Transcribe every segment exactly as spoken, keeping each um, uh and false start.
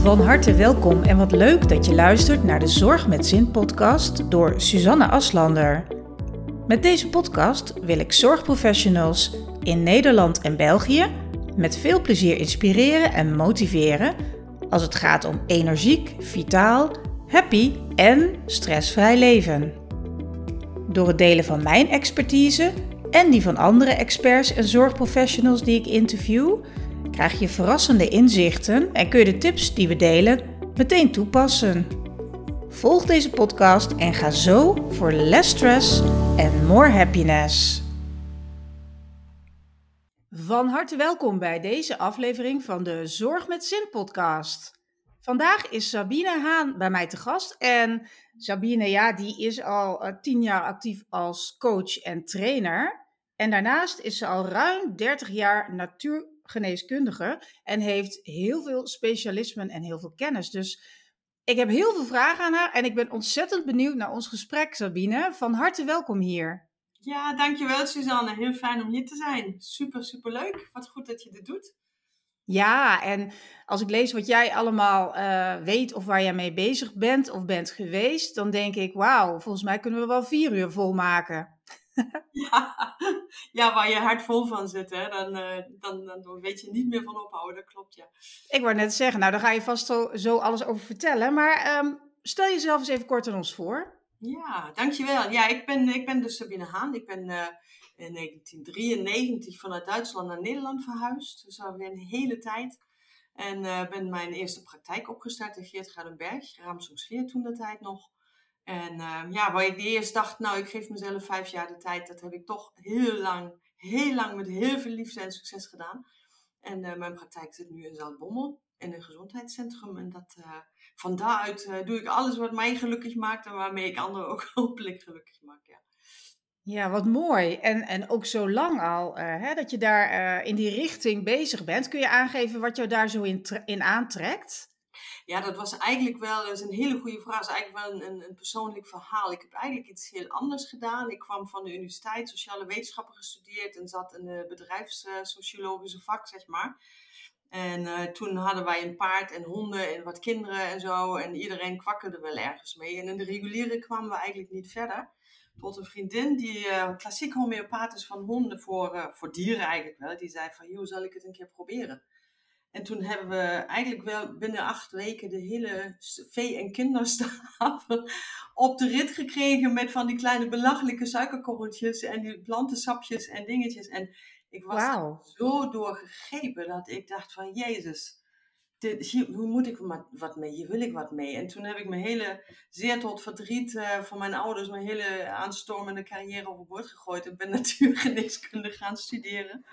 Van harte welkom en wat leuk dat je luistert naar de Zorg met Zin podcast door Suzanne Aslander. Met deze podcast wil ik zorgprofessionals in Nederland en België met veel plezier inspireren en motiveren als het gaat om energiek, vitaal, happy en stressvrij leven. Door het delen van mijn expertise en die van andere experts en zorgprofessionals die ik interview, krijg je verrassende inzichten en kun je de tips die we delen meteen toepassen. Volg deze podcast en ga zo voor less stress en more happiness. Van harte welkom bij deze aflevering van de Zorg met Zin podcast. Vandaag is Sabine Haan bij mij te gast en Sabine, ja, die is al uh, tien jaar actief als coach en trainer. En daarnaast is ze al ruim dertig jaar natuurgeneeskundige en heeft heel veel specialismen en heel veel kennis. Dus ik heb heel veel vragen aan haar en ik ben ontzettend benieuwd naar ons gesprek, Sabine. Van harte welkom hier. Ja, dankjewel Suzanne. Heel fijn om hier te zijn. Super, super leuk. Wat goed dat je dit doet. Ja, en als ik lees wat jij allemaal uh, weet of waar jij mee bezig bent of bent geweest, dan denk ik, wauw, volgens mij kunnen we wel vier uur volmaken. ja, ja, waar je hart vol van zit, hè? Dan, uh, dan, dan, dan weet je niet meer van ophouden. Dat klopt, ja. Ik wou net zeggen, nou daar ga je vast zo, zo alles over vertellen, maar um, stel jezelf eens even kort aan ons voor. Ja, dankjewel. Ja, ik ben, ik ben dus Sabine Haan. Ik ben uh, in negentien drieënnegentig vanuit Duitsland naar Nederland verhuisd. Dus alweer een hele tijd. En uh, ben mijn eerste praktijk opgestart in Geert-Gardenberg, Raamsdorpsveer toen de tijd nog. En uh, ja, waar ik eerst dacht, nou ik geef mezelf vijf jaar de tijd, dat heb ik toch heel lang, heel lang met heel veel liefde en succes gedaan. En uh, mijn praktijk zit nu in Zaltbommel, in een gezondheidscentrum. En dat, uh, van daaruit uh, doe ik alles wat mij gelukkig maakt en waarmee ik anderen ook hopelijk gelukkig maak, ja. Ja, wat mooi. En, en ook zo lang al, uh, hè, dat je daar uh, in die richting bezig bent. Kun je aangeven wat jou daar zo in, tre- in aantrekt? Ja, dat was eigenlijk wel, dat is een hele goede vraag. Dat is eigenlijk wel een, een, een persoonlijk verhaal. Ik heb eigenlijk iets heel anders gedaan. Ik kwam van de universiteit, sociale wetenschappen gestudeerd en zat in de bedrijfssociologische vak, zeg maar. En uh, toen hadden wij een paard en honden en wat kinderen en zo. En iedereen kwakkelde wel ergens mee. En in de reguliere kwamen we eigenlijk niet verder. Tot een vriendin die uh, klassiek homeopaat is van honden voor, uh, voor dieren eigenlijk wel. Die zei van, joh, zal ik het een keer proberen? En toen hebben we eigenlijk wel binnen acht weken de hele vee- en kinderstafel op de rit gekregen met van die kleine belachelijke suikerkorreltjes en die plantensapjes en dingetjes. En ik was Wauw. zo doorgegrepen dat ik dacht van, Jezus, dit, hier, hoe moet ik wat mee? Hier wil ik wat mee. En toen heb ik mijn hele, zeer tot verdriet uh, van mijn ouders, mijn hele aanstormende carrière overboord gegooid. Ik ben natuurgeneeskunde gaan studeren.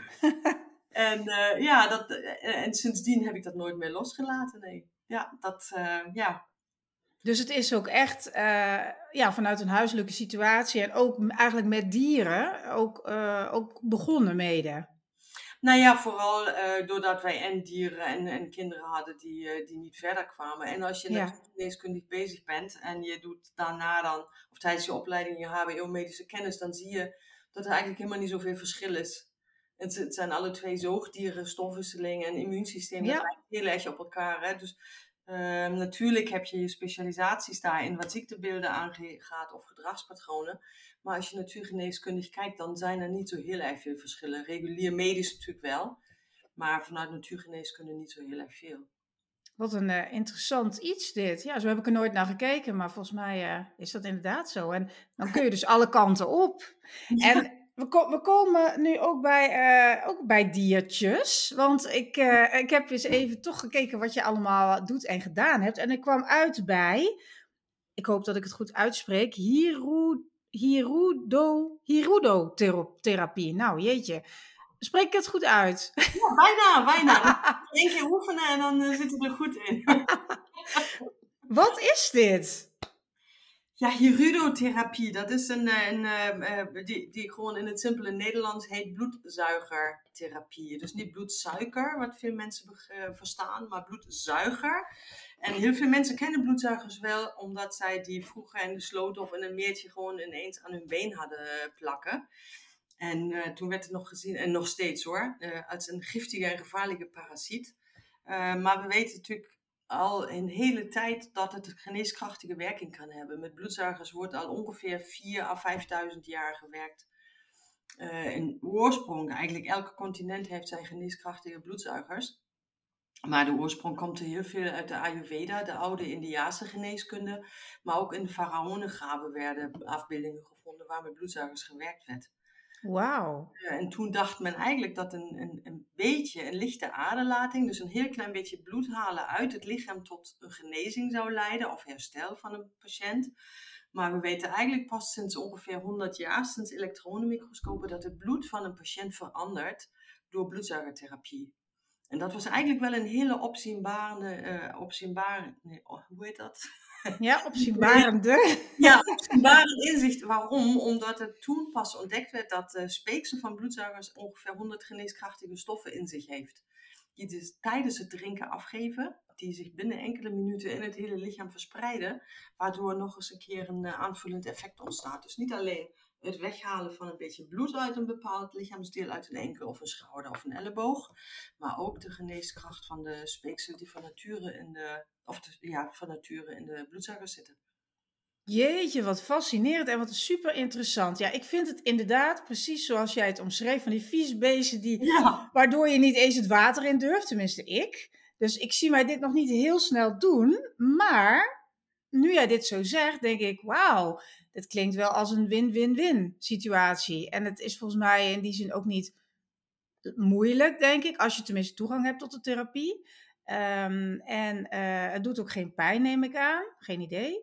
En uh, ja, dat, uh, en sindsdien heb ik dat nooit meer losgelaten. Nee. Ja, dat, uh, ja. Dus het is ook echt uh, ja, vanuit een huiselijke situatie en ook eigenlijk met dieren ook, uh, ook begonnen mede. Nou ja, vooral uh, doordat wij en dieren en, en kinderen hadden die, uh, die niet verder kwamen. En als je Ja. natuurgeneeskundig bezig bent en je doet daarna dan, of tijdens je opleiding je H B O medische kennis, dan zie je dat er eigenlijk helemaal niet zoveel verschil is. Het, het zijn alle twee zoogdieren, stofwisseling en immuunsysteem. Ja. Dat lijkt heel erg op elkaar. Hè? Dus uh, natuurlijk heb je je specialisaties daarin wat ziektebeelden aangaat of gedragspatronen. Maar als je natuurgeneeskundig kijkt, dan zijn er niet zo heel erg veel verschillen. Regulier medisch natuurlijk wel, maar vanuit natuurgeneeskunde niet zo heel erg veel. Wat een uh, interessant iets dit. Ja, zo heb ik er nooit naar gekeken, maar volgens mij uh, is dat inderdaad zo. En dan kun je dus alle kanten op. Ja. En we, ko- we komen nu ook bij, uh, ook bij diertjes. Want ik, uh, ik heb eens even toch gekeken wat je allemaal doet en gedaan hebt. En ik kwam uit bij, ik hoop dat ik het goed uitspreek, Hiru, Hirudo, Hirudo-therapie. Nou, jeetje. Spreek ik het goed uit? Ja, bijna, bijna. Eén keer oefenen en dan uh, zit het er goed in. Wat is dit? Ja, hirudotherapie, dat is een, een, een die, die gewoon in het simpele Nederlands heet bloedzuigertherapie. Dus niet bloedsuiker, wat veel mensen be- verstaan, maar bloedzuiger. En heel veel mensen kennen bloedzuigers wel, omdat zij die vroeger in de sloot of in een meertje gewoon ineens aan hun been hadden plakken. En uh, toen werd het nog gezien, en nog steeds hoor, uh, als een giftige en gevaarlijke parasiet. Uh, maar we weten natuurlijk al een hele tijd dat het geneeskrachtige werking kan hebben. Met bloedzuigers wordt al ongeveer vier à vijfduizend jaar gewerkt. Uh, in oorsprong, eigenlijk elke continent heeft zijn geneeskrachtige bloedzuigers. Maar de oorsprong komt er heel veel uit de Ayurveda, de oude Indiase geneeskunde. Maar ook in de faraonengraven werden afbeeldingen gevonden waar met bloedzuigers gewerkt werd. Wauw. Uh, en toen dacht men eigenlijk dat een, een, een beetje, een lichte aderlating, dus een heel klein beetje bloed halen uit het lichaam tot een genezing zou leiden of herstel van een patiënt. Maar we weten eigenlijk pas sinds ongeveer honderd jaar, sinds elektronenmicroscopen, dat het bloed van een patiënt verandert door bloedzuigertherapie. En dat was eigenlijk wel een hele opzienbarende, uh, opzienbare, nee, oh, hoe heet dat? Ja, opzienbarende. Ja, opzienbarend inzicht. Waarom? Omdat het toen pas ontdekt werd dat de speeksel van bloedzuigers ongeveer honderd geneeskrachtige stoffen in zich heeft. Die dus tijdens het drinken afgeven, die zich binnen enkele minuten in het hele lichaam verspreiden, waardoor nog eens een keer een uh, aanvullend effect ontstaat. Dus niet alleen het weghalen van een beetje bloed uit een bepaald lichaamsdeel, uit een enkel of een schouder of een elleboog, maar ook de geneeskracht van de speeksel die van nature in de, of de, ja, van nature in de bloedzuigers zitten. Jeetje, wat fascinerend en wat super interessant. Ja, ik vind het inderdaad precies zoals jij het omschreef, van die vieze beesten die, Ja. waardoor je niet eens het water in durft, tenminste ik. Dus ik zie mij dit nog niet heel snel doen, maar nu jij dit zo zegt, denk ik, wauw, dit klinkt wel als een win-win-win situatie. En het is volgens mij in die zin ook niet moeilijk, denk ik, als je tenminste toegang hebt tot de therapie. Um, en uh, het doet ook geen pijn, neem ik aan. Geen idee.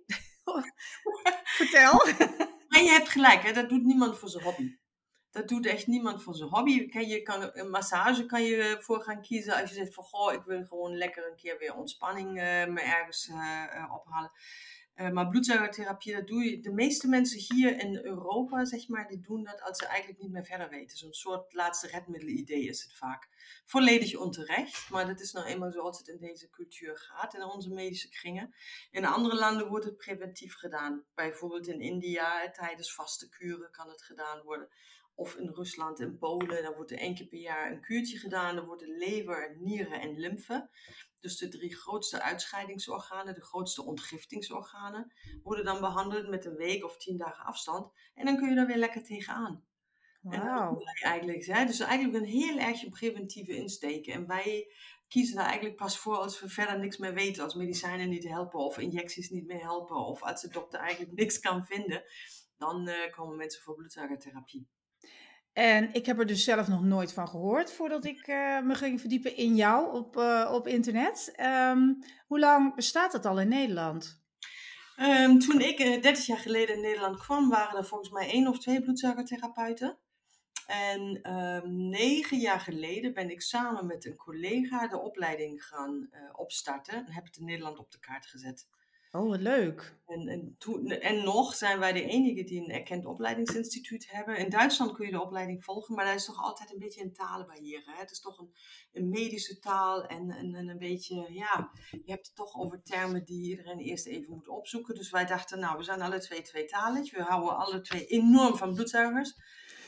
Vertel. Maar je hebt gelijk, hè? Dat doet niemand voor zijn hobby. Dat doet echt niemand voor zijn hobby. Je kan, een massage kan je voor gaan kiezen als je zegt van goh, ik wil gewoon lekker een keer weer ontspanning uh, me ergens uh, uh, ophalen. Uh, maar bloedzuigertherapie, dat doe je. De meeste mensen hier in Europa, zeg maar, die doen dat als ze eigenlijk niet meer verder weten. Zo'n soort laatste redmiddel idee is het vaak. Volledig onterecht, maar dat is nou eenmaal zoals het in deze cultuur gaat, in onze medische kringen. In andere landen wordt het preventief gedaan. Bijvoorbeeld in India, tijdens vaste kuren kan het gedaan worden. Of in Rusland en Polen, dan wordt er één keer per jaar een kuurtje gedaan. Dan worden lever, nieren en lymfe, dus de drie grootste uitscheidingsorganen, de grootste ontgiftingsorganen, worden dan behandeld met een week of tien dagen afstand. En dan kun je er weer lekker tegenaan. Wow. En dat doen wij eigenlijk. Hè? Dus eigenlijk een heel erg een preventieve insteek. En wij kiezen daar eigenlijk pas voor als we verder niks meer weten. Als medicijnen niet helpen of injecties niet meer helpen. Of als de dokter eigenlijk niks kan vinden. Dan uh, komen mensen voor bloedzuigertherapie. En ik heb er dus zelf nog nooit van gehoord voordat ik uh, me ging verdiepen in jou op, uh, op internet. Um, hoe lang bestaat het al in Nederland? Um, toen ik uh, dertig jaar geleden in Nederland kwam, waren er volgens mij één of twee bloedzuigertherapeuten. En um, negen jaar geleden ben ik samen met een collega de opleiding gaan uh, opstarten. En heb het in Nederland op de kaart gezet. Oh, wat leuk. En, en, toen, en nog zijn wij de enige die een erkend opleidingsinstituut hebben. In Duitsland kun je de opleiding volgen, maar daar is toch altijd een beetje een talenbarrière. Hè? Het is toch een, een medische taal en, en, en een beetje, ja, je hebt het toch over termen die iedereen eerst even moet opzoeken. Dus wij dachten, nou, we zijn alle twee tweetalig. We houden alle twee enorm van bloedzuigers.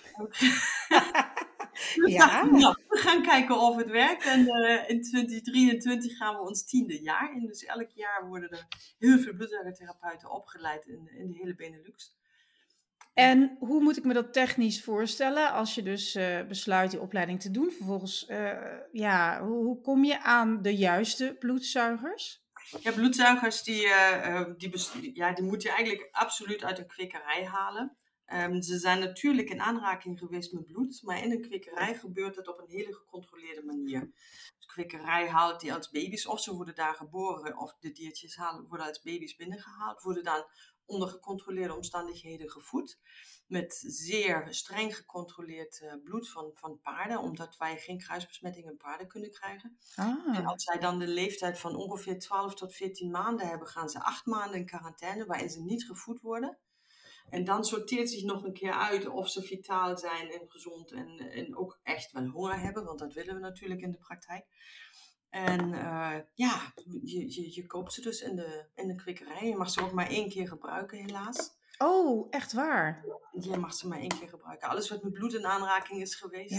Dus ja. dachten, nou, we gaan kijken of het werkt. En uh, in twintig drieëntwintig gaan we ons tiende jaar in. Dus elk jaar worden er heel veel bloedzuigertherapeuten opgeleid in, in de hele Benelux. En hoe moet ik me dat technisch voorstellen als je dus uh, besluit die opleiding te doen? Vervolgens, uh, ja, hoe, hoe kom je aan de juiste bloedzuigers? Ja, bloedzuigers die, uh, die, best- ja, die moet je eigenlijk absoluut uit een kwekerij halen. Um, ze zijn natuurlijk in aanraking geweest met bloed, maar in een kwekerij gebeurt het op een hele gecontroleerde manier. De kwekerij haalt die als baby's, of ze worden daar geboren, of de diertjes halen, worden als baby's binnengehaald, worden dan onder gecontroleerde omstandigheden gevoed. Met zeer streng gecontroleerd uh, bloed van, van paarden, omdat wij geen kruisbesmetting in paarden kunnen krijgen. Ah. En als zij dan de leeftijd van ongeveer twaalf tot veertien maanden hebben, gaan ze acht maanden in quarantaine, waarin ze niet gevoed worden. En dan sorteert zich nog een keer uit of ze vitaal zijn en gezond en, en ook echt wel honger hebben, want dat willen we natuurlijk in de praktijk. En uh, ja, je, je, je koopt ze dus in de, in de kwekerij. Je mag ze ook maar één keer gebruiken, helaas. Oh, echt waar? Je mag ze maar één keer gebruiken. Alles wat met bloed in aanraking is geweest, Ja. hè,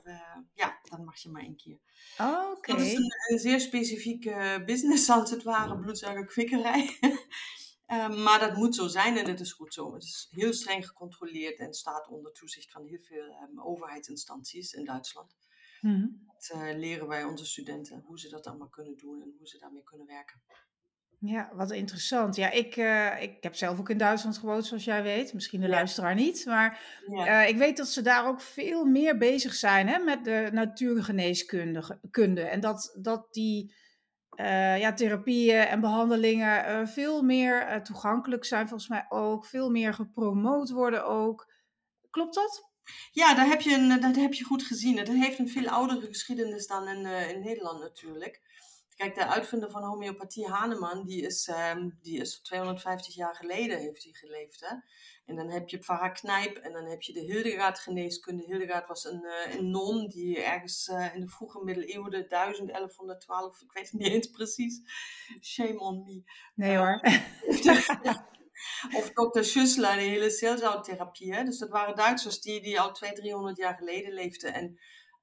uh, ja, dan mag je maar één keer. Oké. Okay. Dat is een, een zeer specifieke business, als het ware, bloedzuigerkwikkerij. uh, maar dat moet zo zijn en het is goed zo. Het is heel streng gecontroleerd en staat onder toezicht van heel veel um, overheidsinstanties in Duitsland. Mm-hmm. Dat uh, leren wij onze studenten, hoe ze dat allemaal kunnen doen en hoe ze daarmee kunnen werken. Ja, wat interessant. Ja, ik, uh, ik heb zelf ook in Duitsland gewoond, zoals jij weet. Misschien de Ja. luisteraar niet. Maar Ja. uh, ik weet dat ze daar ook veel meer bezig zijn, hè, met de natuurgeneeskunde. Kunde. En dat, dat die uh, ja, therapieën en behandelingen uh, veel meer uh, toegankelijk zijn, volgens mij ook. Veel meer gepromoot worden ook. Klopt dat? Ja, daar heb je een, dat heb je goed gezien. Het heeft een veel oudere geschiedenis dan in, uh, in Nederland natuurlijk. Kijk, de uitvinder van homeopathie, Hahnemann, die is, um, die is tweehonderdvijftig jaar geleden heeft hij geleefd. Hè? En dan heb je Pfarrer Knijp en dan heb je de Hildegard geneeskunde. Hildegard was een, uh, een non die ergens uh, in de vroege middeleeuwen, duizend elfhonderdtwaalf, ik weet het niet eens precies. Shame on me. Nee hoor. Uh, Of dokter Schüssler, de hele celzoutherapie. Hè? Dus dat waren Duitsers die, die al tweehonderd, driehonderd jaar geleden leefden. En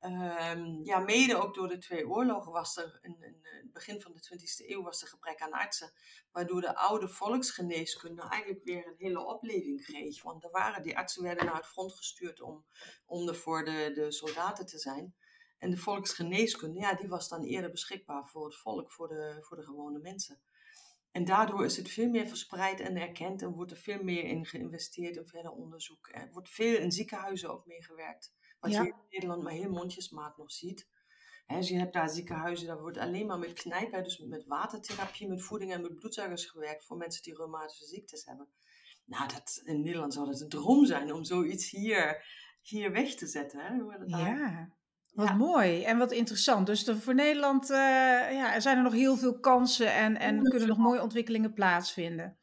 um, ja, mede ook door de twee oorlogen was er, in, in het begin van de twintigste eeuw, was er gebrek aan artsen. Waardoor de oude volksgeneeskunde eigenlijk weer een hele opleving kreeg. Want er waren, die artsen werden naar het front gestuurd om, om er voor de, de soldaten te zijn. En de volksgeneeskunde, ja, die was dan eerder beschikbaar voor het volk, voor de, voor de gewone mensen. En daardoor is het veel meer verspreid en erkend en wordt er veel meer in geïnvesteerd in verder onderzoek. Er wordt veel in ziekenhuizen ook meegewerkt. Wat ja. je in Nederland maar heel mondjesmaat nog ziet. He, dus je hebt daar ziekenhuizen, daar wordt alleen maar met knijpen, dus met watertherapie, met voeding en met bloedzuigers gewerkt voor mensen die reumatische ziektes hebben. Nou, dat, in Nederland zou dat een droom zijn om zoiets hier, hier weg te zetten. Hè? Ja. Wat ja. mooi en wat interessant. Dus de, voor Nederland uh, ja, er zijn er nog heel veel kansen en, en kunnen nog mooie ontwikkelingen plaatsvinden.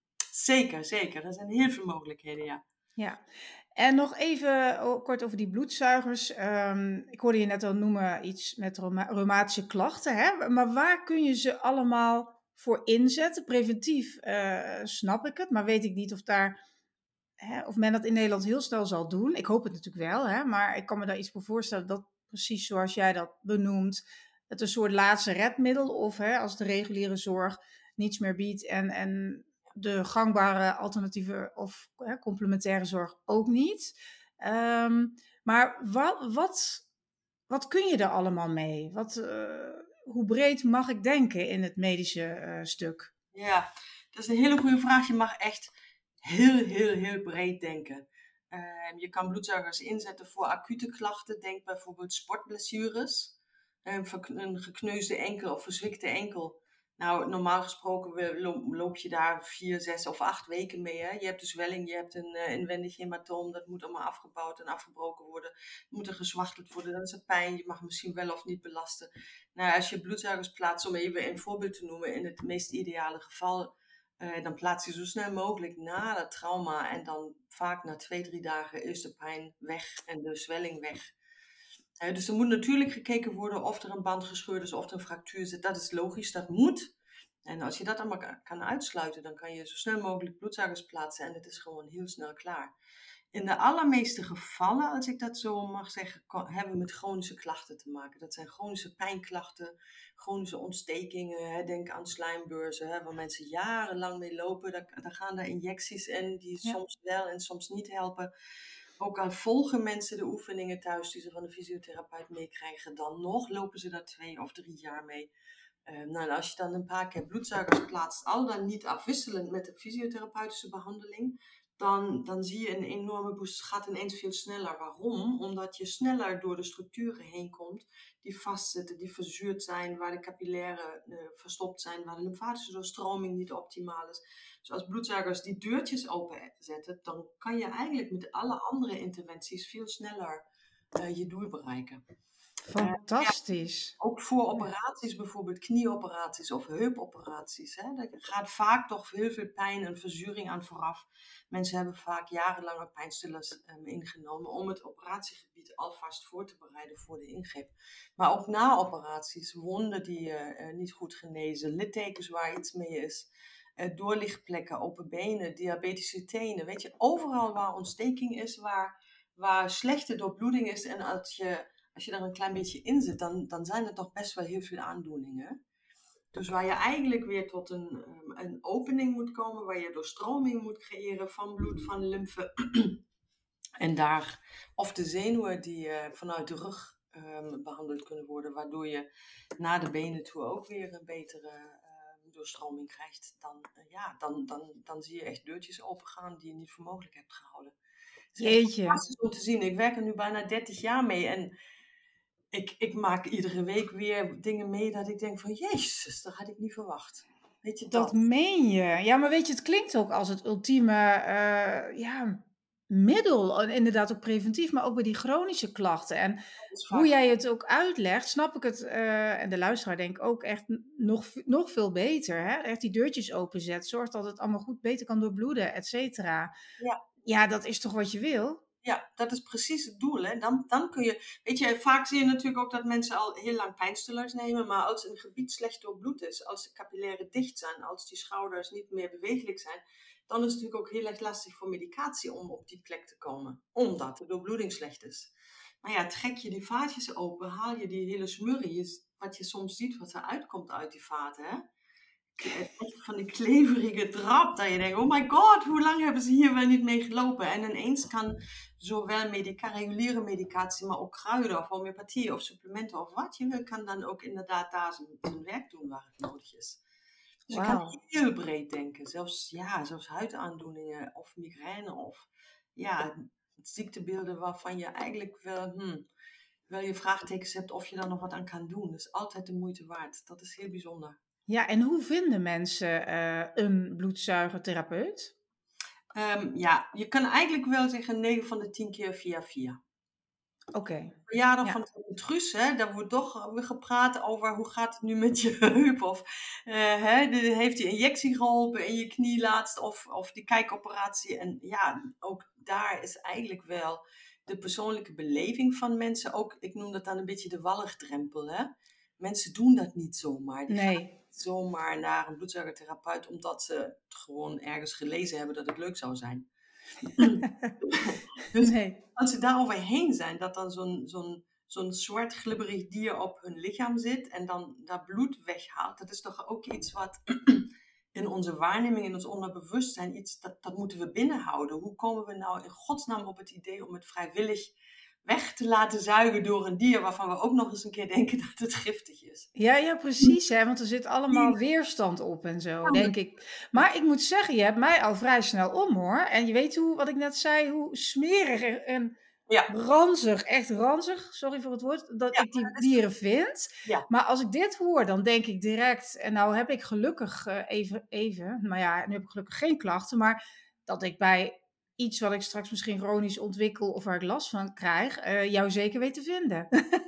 Zeker, zeker. Er zijn heel veel mogelijkheden, ja. Ja, en nog even oh, kort over die bloedzuigers. Um, ik hoorde je net al noemen iets met reuma- reumatische klachten. Hè? Maar waar kun je ze allemaal voor inzetten? Preventief uh, snap ik het, maar weet ik niet of daar... Hè, of men dat in Nederland heel snel zal doen. Ik hoop het natuurlijk wel, hè? Maar ik kan me daar iets voor voorstellen dat precies zoals jij dat benoemt, het een soort laatste redmiddel of hè, als de reguliere zorg niets meer biedt en, en de gangbare alternatieve of hè, complementaire zorg ook niet. Um, maar wat, wat, wat kun je er allemaal mee? Wat, uh, hoe breed mag ik denken in het medische uh, stuk? Ja, dat is een hele goede vraag. Je mag echt heel, heel, heel breed denken. Uh, je kan bloedzuigers inzetten voor acute klachten. Denk bijvoorbeeld sportblessures. Uh, een gekneusde enkel of verzwikte enkel. Nou, normaal gesproken loop je daar vier, zes of acht weken mee. Hè? Je hebt de zwelling, je hebt een uh, inwendig hematoom. Dat moet allemaal afgebouwd en afgebroken worden. Het moet er gezwachteld worden. Dat is het pijn. Je mag misschien wel of niet belasten. Nou, als je bloedzuigers plaatst, om even een voorbeeld te noemen, in het meest ideale geval, uh, dan plaats je zo snel mogelijk na dat trauma. En dan vaak na twee, drie dagen is de pijn weg en de zwelling weg. Uh, dus er moet natuurlijk gekeken worden of er een band gescheurd is of er een fractuur zit. Dat is logisch, dat moet. En als je dat allemaal kan uitsluiten, dan kan je zo snel mogelijk bloedzuigers plaatsen en het is gewoon heel snel klaar. In de allermeeste gevallen, als ik dat zo mag zeggen, hebben we met chronische klachten te maken. Dat zijn chronische pijnklachten, chronische ontstekingen. Hè. Denk aan slijmbeurzen, hè, waar mensen jarenlang mee lopen. Daar, daar gaan er injecties in die ja. soms wel en soms niet helpen. Ook al volgen mensen de oefeningen thuis die ze van de fysiotherapeut meekrijgen, dan nog lopen ze daar twee of drie jaar mee. Uh, nou, als je dan een paar keer bloedzuigers plaatst, al dan niet afwisselend met de fysiotherapeutische behandeling, dan, dan zie je een enorme boost. Het gaat ineens veel sneller. Waarom? Omdat je sneller door de structuren heen komt die vastzitten, die verzuurd zijn, waar de capillaren uh, verstopt zijn, waar de lymfatische doorstroming niet optimaal is. Dus als bloedzuigers die deurtjes openzetten, dan kan je eigenlijk met alle andere interventies veel sneller uh, je doel bereiken. Fantastisch. Uh, ja, ook voor operaties, bijvoorbeeld knieoperaties of heupoperaties. Hè, daar gaat vaak toch heel veel pijn en verzuring aan vooraf. Mensen hebben vaak jarenlange pijnstillers um, ingenomen om het operatiegebied alvast voor te bereiden voor de ingreep. Maar ook na operaties, wonden die uh, uh, niet goed genezen, littekens waar iets mee is, uh, doorlichtplekken, open benen, diabetische tenen. Weet je, overal waar ontsteking is, waar, waar slechte doorbloeding is en als je als je daar een klein beetje in zit, dan, dan zijn er toch best wel heel veel aandoeningen. Dus waar je eigenlijk weer tot een, um, een opening moet komen, waar je doorstroming moet creëren van bloed, van lymfe. En daar, of de zenuwen die uh, vanuit de rug um, behandeld kunnen worden, waardoor je naar de benen toe ook weer een betere uh, doorstroming krijgt. Dan, uh, ja, dan, dan, dan zie je echt deurtjes opengaan die je niet voor mogelijk hebt gehouden. Het is echt Jeetje. fantastisch om te zien. Ik werk er nu bijna dertig jaar mee en ik, ik maak iedere week weer dingen mee dat ik denk van, jezus, dat had ik niet verwacht. Weet je dat? Dat meen je. Ja, maar weet je, het klinkt ook als het ultieme uh, ja, middel. Inderdaad ook preventief, maar ook bij die chronische klachten. En hoe jij het ook uitlegt, snap ik het, uh, en de luisteraar denk ik ook echt nog, nog veel beter. Hè? Echt die deurtjes openzet, zorgt dat het allemaal goed beter kan doorbloeden, et cetera. Ja. Ja, dat is toch wat je wil? Ja, dat is precies het doel. Hè? Dan, dan kun je, weet je, vaak zie je natuurlijk ook dat mensen al heel lang pijnstillers nemen, maar als een gebied slecht doorbloed is, als de capillaren dicht zijn, als die schouders niet meer bewegelijk zijn, dan is het natuurlijk ook heel erg lastig voor medicatie om op die plek te komen, omdat de doorbloeding slecht is. Maar ja, trek je die vaatjes open, haal je die hele smurrie, wat je soms ziet wat er uitkomt uit die vaten, hè? Echt van die kleverige drap, dat je denkt, oh my god, hoe lang hebben ze hier wel niet mee gelopen? En ineens kan zowel medica, reguliere medicatie, maar ook kruiden of homeopathie of supplementen of wat je wil, kan dan ook inderdaad daar zijn, zijn werk doen waar het nodig is. Dus wow. Je kan heel breed denken, zelfs, ja, zelfs huidaandoeningen of migraine of ja, ziektebeelden waarvan je eigenlijk wel, hmm, wel je vraagtekens hebt of je daar nog wat aan kan doen. Dat is altijd de moeite waard. Dat is heel bijzonder. Ja, en hoe vinden mensen uh, een bloedzuigertherapeut? Um, ja, je kan eigenlijk wel zeggen negen van de tien keer via via. Oké. Okay. Verjaardag ja. van het Truus, hè, daar wordt toch weer gepraat over hoe gaat het nu met je heup. Of uh, hè, heeft die injectie geholpen in je knie laatst of, of die kijkoperatie. En ja, ook daar is eigenlijk wel de persoonlijke beleving van mensen. Ook, ik noem dat dan een beetje de walligdrempel. Hè? Mensen doen dat niet zomaar. Die nee. gaan zomaar naar een bloedzuigertherapeut omdat ze gewoon ergens gelezen hebben dat het leuk zou zijn. Dus nee. Als ze daar overheen zijn, dat dan zo'n, zo'n, zo'n zwart glibberig dier op hun lichaam zit en dan dat bloed weghaalt, dat is toch ook iets wat in onze waarneming, in ons onderbewustzijn, iets, dat, dat moeten we binnenhouden. Hoe komen we nou in godsnaam op het idee om het vrijwillig weg te laten zuigen door een dier waarvan we ook nog eens een keer denken dat het giftig is. Ja, ja, precies. Hè? Want er zit allemaal weerstand op en zo, denk ik. Maar ik moet zeggen, je hebt mij al vrij snel om, hoor. En je weet hoe, wat ik net zei, hoe smerig en ja. ranzig, echt ranzig, sorry voor het woord, dat ja, ik die dieren vind. Ja. Maar als ik dit hoor, dan denk ik direct, en nou heb ik gelukkig uh, even, even, maar ja, nu heb ik gelukkig geen klachten, maar dat ik bij iets wat ik straks misschien chronisch ontwikkel of waar ik last van krijg, uh, jou zeker weet te vinden.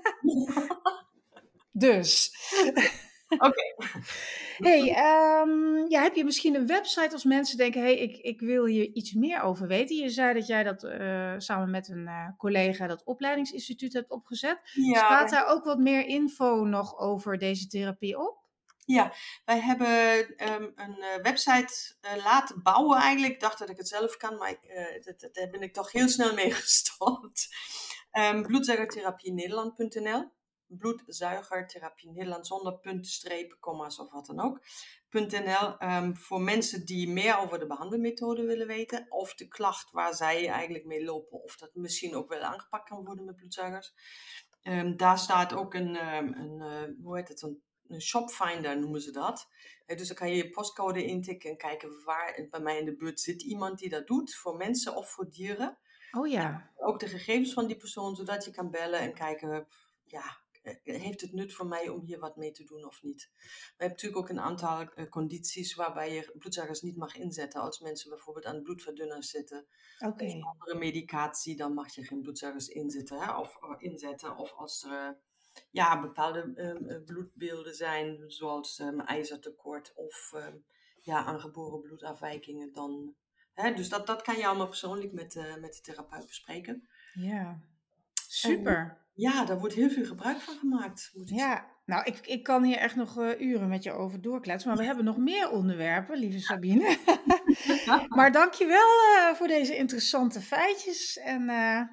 Dus. Oké. Okay. Hey, um, ja, heb je misschien een website als mensen denken, hey, ik, ik wil hier iets meer over weten. Je zei dat jij dat uh, samen met een uh, collega dat opleidingsinstituut hebt opgezet. Ja, Staat daar ook wat meer info nog over deze therapie op? Ja, wij hebben um, een uh, website uh, laten bouwen eigenlijk. Ik dacht dat ik het zelf kan, maar ik, uh, dat, dat, daar ben ik toch heel snel mee gestopt. Um, bloedzuigertherapie nederland punt n l bloedzuigertherapie Nederland zonder punten, strepen, komma's of wat dan ook. .nl um, voor mensen die meer over de behandelmethode willen weten of de klacht waar zij eigenlijk mee lopen of dat misschien ook wel aangepakt kan worden met bloedzuigers. Um, daar staat ook een, um, een uh, hoe heet het, een Een shopfinder noemen ze dat. Dus dan kan je je postcode intikken en kijken waar bij mij in de buurt zit iemand die dat doet. Voor mensen of voor dieren. Oh ja. Ook de gegevens van die persoon, zodat je kan bellen en kijken, ja, heeft het nut voor mij om hier wat mee te doen of niet. We hebben natuurlijk ook een aantal uh, condities waarbij je bloedzuigers niet mag inzetten. Als mensen bijvoorbeeld aan bloedverdunners zitten. Okay. Of andere medicatie, dan mag je geen bloedzuigers inzetten, hè, of, of inzetten. Of als er Uh, ja, bepaalde um, bloedbeelden zijn, zoals um, ijzertekort of um, ja, aangeboren bloedafwijkingen. Dan, hè, dus dat, dat kan je allemaal persoonlijk met, uh, met de therapeut bespreken. Ja, super. En, ja, daar wordt heel veel gebruik van gemaakt. Moet ik ja, zeggen. nou, ik, ik kan hier echt nog uh, uren met je over doorkletsen, maar we hebben nog meer onderwerpen, lieve Sabine. Maar dankjewel uh, voor deze interessante feitjes en uh,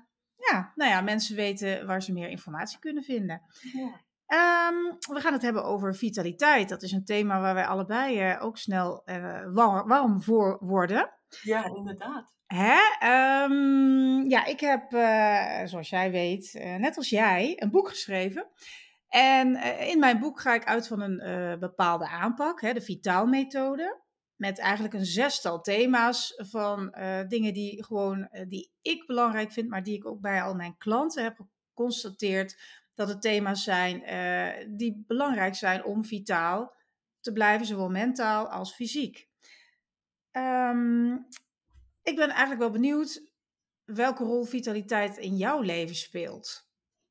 ja, nou ja, mensen weten waar ze meer informatie kunnen vinden. Ja. Um, we gaan het hebben over vitaliteit. Dat is een thema waar wij allebei uh, ook snel uh, warm, warm voor worden. Ja, inderdaad. Hè? Um, ja, ik heb, uh, zoals jij weet, uh, net als jij, een boek geschreven. En uh, in mijn boek ga ik uit van een uh, bepaalde aanpak, hè, de Vitaalmethode. Met eigenlijk een zestal thema's van uh, dingen die, gewoon, uh, die ik belangrijk vind, maar die ik ook bij al mijn klanten heb geconstateerd dat het thema's zijn uh, die belangrijk zijn om vitaal te blijven, zowel mentaal als fysiek. Um, ik ben eigenlijk wel benieuwd welke rol vitaliteit in jouw leven speelt.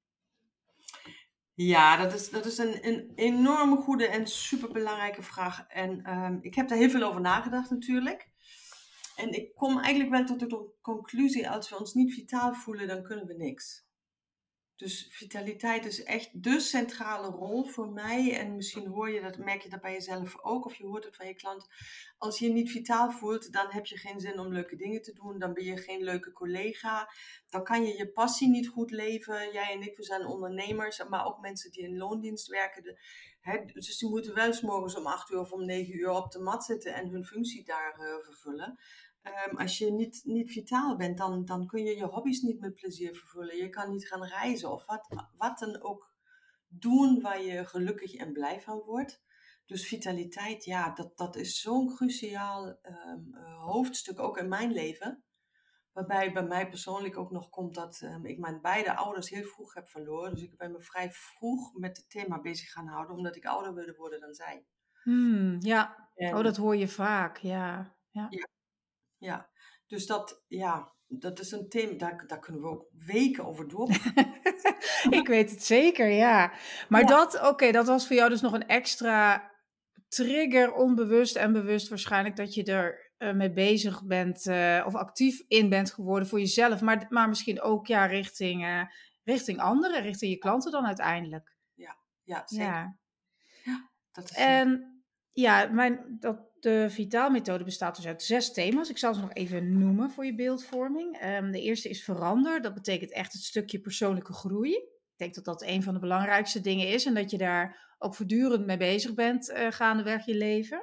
Ja, dat is, dat is een, een enorm goede en superbelangrijke vraag. En um, ik heb daar heel veel over nagedacht natuurlijk. En ik kom eigenlijk wel tot de conclusie, als we ons niet vitaal voelen, dan kunnen we niks. Dus vitaliteit is echt de centrale rol voor mij. En misschien hoor je dat, merk je dat bij jezelf ook, of je hoort het van je klant. Als je je niet vitaal voelt, dan heb je geen zin om leuke dingen te doen. Dan ben je geen leuke collega. Dan kan je je passie niet goed leven. Jij en ik, we zijn ondernemers, maar ook mensen die in loondienst werken. De, hè, dus die moeten wel 's morgens om acht uur of om negen uur op de mat zitten en hun functie daar uh, vervullen. Um, als je niet, niet vitaal bent, dan, dan kun je je hobby's niet met plezier vervullen. Je kan niet gaan reizen of wat, wat dan ook doen waar je gelukkig en blij van wordt. Dus vitaliteit, ja, dat, dat is zo'n cruciaal um, uh, hoofdstuk ook in mijn leven. Waarbij bij mij persoonlijk ook nog komt dat um, ik mijn beide ouders heel vroeg heb verloren. Dus ik ben me vrij vroeg met het thema bezig gaan houden, omdat ik ouder wilde worden dan zij. Hmm, ja, En, oh, dat hoor je vaak, ja. ja. ja. Ja, dus dat, ja, dat is een thema, daar, daar kunnen we ook weken over doorpraten. Ik weet het zeker, ja. Maar Ja. dat, oké, okay, dat was voor jou dus nog een extra trigger, onbewust en bewust waarschijnlijk, dat je er uh, mee bezig bent uh, of actief in bent geworden voor jezelf. Maar, maar misschien ook ja, richting, uh, richting anderen, richting je klanten dan uiteindelijk. Ja, ja zeker. Ja. Ja, dat is en ja, mijn, dat, de Vitaalmethode bestaat dus uit zes thema's. Ik zal ze nog even noemen voor je beeldvorming. Um, de eerste is verander. Dat betekent echt het stukje persoonlijke groei. Ik denk dat dat een van de belangrijkste dingen is. En dat je daar ook voortdurend mee bezig bent uh, gaandeweg je leven.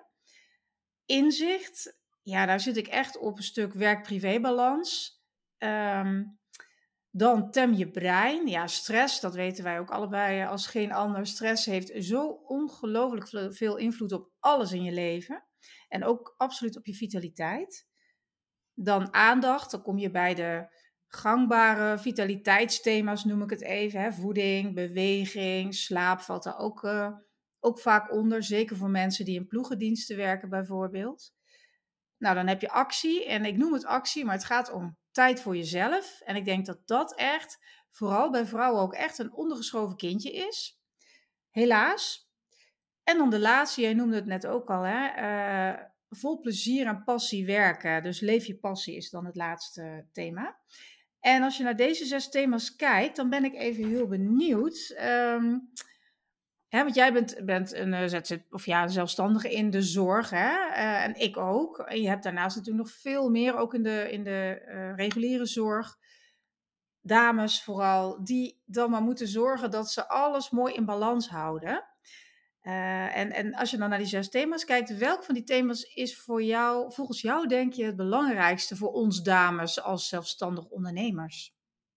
Inzicht. Ja, daar zit ik echt op een stuk werk-privé-balans. Um, Dan tem je brein. Ja, stress, dat weten wij ook allebei als geen ander. Stress heeft zo ongelooflijk veel invloed op alles in je leven. En ook absoluut op je vitaliteit. Dan aandacht, dan kom je bij de gangbare vitaliteitsthema's, noem ik het even. Hè. Voeding, beweging, slaap valt daar ook, uh, ook vaak onder. Zeker voor mensen die in ploegendiensten werken bijvoorbeeld. Nou, dan heb je actie. En ik noem het actie, maar het gaat om tijd voor jezelf. En ik denk dat dat echt, vooral bij vrouwen ook echt een ondergeschoven kindje is. Helaas. En dan de laatste, jij noemde het net ook al, hè? Uh, vol plezier en passie werken. Dus leef je passie is dan het laatste thema. En als je naar deze zes thema's kijkt, dan ben ik even heel benieuwd. Um, hè, want jij bent, bent een, uh, Z Z, of ja, een zelfstandige in de zorg, hè? Uh, en ik ook. En je hebt daarnaast natuurlijk nog veel meer, ook in de, in de uh, reguliere zorg. Dames vooral, die dan maar moeten zorgen dat ze alles mooi in balans houden. Uh, en, en als je dan naar die zes thema's kijkt, welk van die thema's is voor jou, volgens jou denk je, het belangrijkste voor ons dames als zelfstandig ondernemers?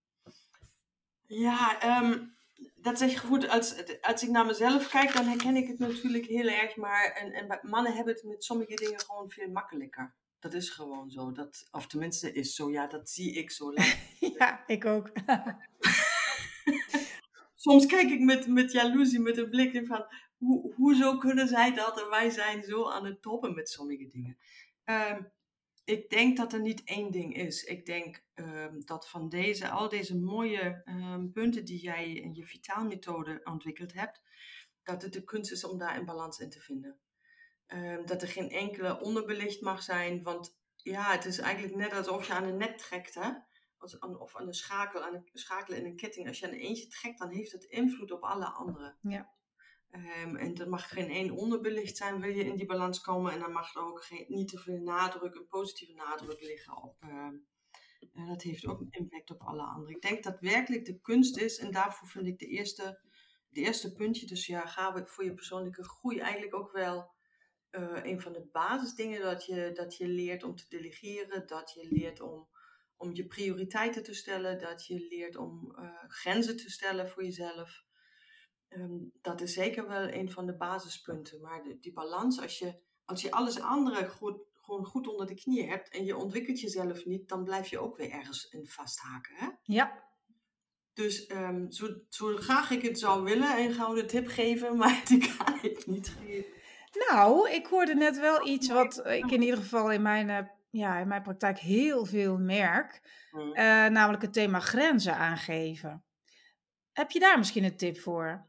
Ja, um, dat zeg je goed. Als, als ik naar mezelf kijk, dan herken ik het natuurlijk heel erg. Maar en, en mannen hebben het met sommige dingen gewoon veel makkelijker. Dat is gewoon zo. Dat, of tenminste is zo. Ja, dat zie ik zo. Ja, ik ook. Soms kijk ik met, met jaloezie, met een blik van, hoe, hoezo kunnen zij dat en wij zijn zo aan het toppen met sommige dingen. Um, ik denk dat er niet één ding is. Ik denk um, dat van deze, al deze mooie um, punten die jij in je Vitaalmethode ontwikkeld hebt, dat het de kunst is om daar een balans in te vinden. Um, dat er geen enkele onderbelicht mag zijn, want ja, het is eigenlijk net alsof je aan een net trekt, hè? Als, of aan een schakel, aan een schakelen in een ketting. Als je aan eentje trekt, dan heeft het invloed op alle anderen. Ja. Um, en er mag geen één onderbelicht zijn, wil je in die balans komen. En dan mag er ook geen, niet te veel nadruk, een positieve nadruk liggen op, uh, En dat heeft ook een impact op alle anderen. Ik denk dat werkelijk de kunst is, en daarvoor vind ik de eerste, de eerste puntje, dus ja, ga we voor je persoonlijke groei eigenlijk ook wel uh, een van de basisdingen, dat je, dat je leert om te delegeren, dat je leert om, om je prioriteiten te stellen, dat je leert om uh, grenzen te stellen voor jezelf. Um, dat is zeker wel een van de basispunten. Maar de, die balans, als je, als je alles andere goed, gewoon goed onder de knie hebt en je ontwikkelt jezelf niet, dan blijf je ook weer ergens in vasthaken. Hè? Ja. Dus um, zo, zo graag ik het zou willen, een gouden tip geven, maar die kan ik niet geven. Nou, ik hoorde net wel iets wat ik in ieder geval in mijn, uh, ja, in mijn praktijk heel veel merk. Hmm. Uh, namelijk het thema grenzen aangeven. Heb je daar misschien een tip voor?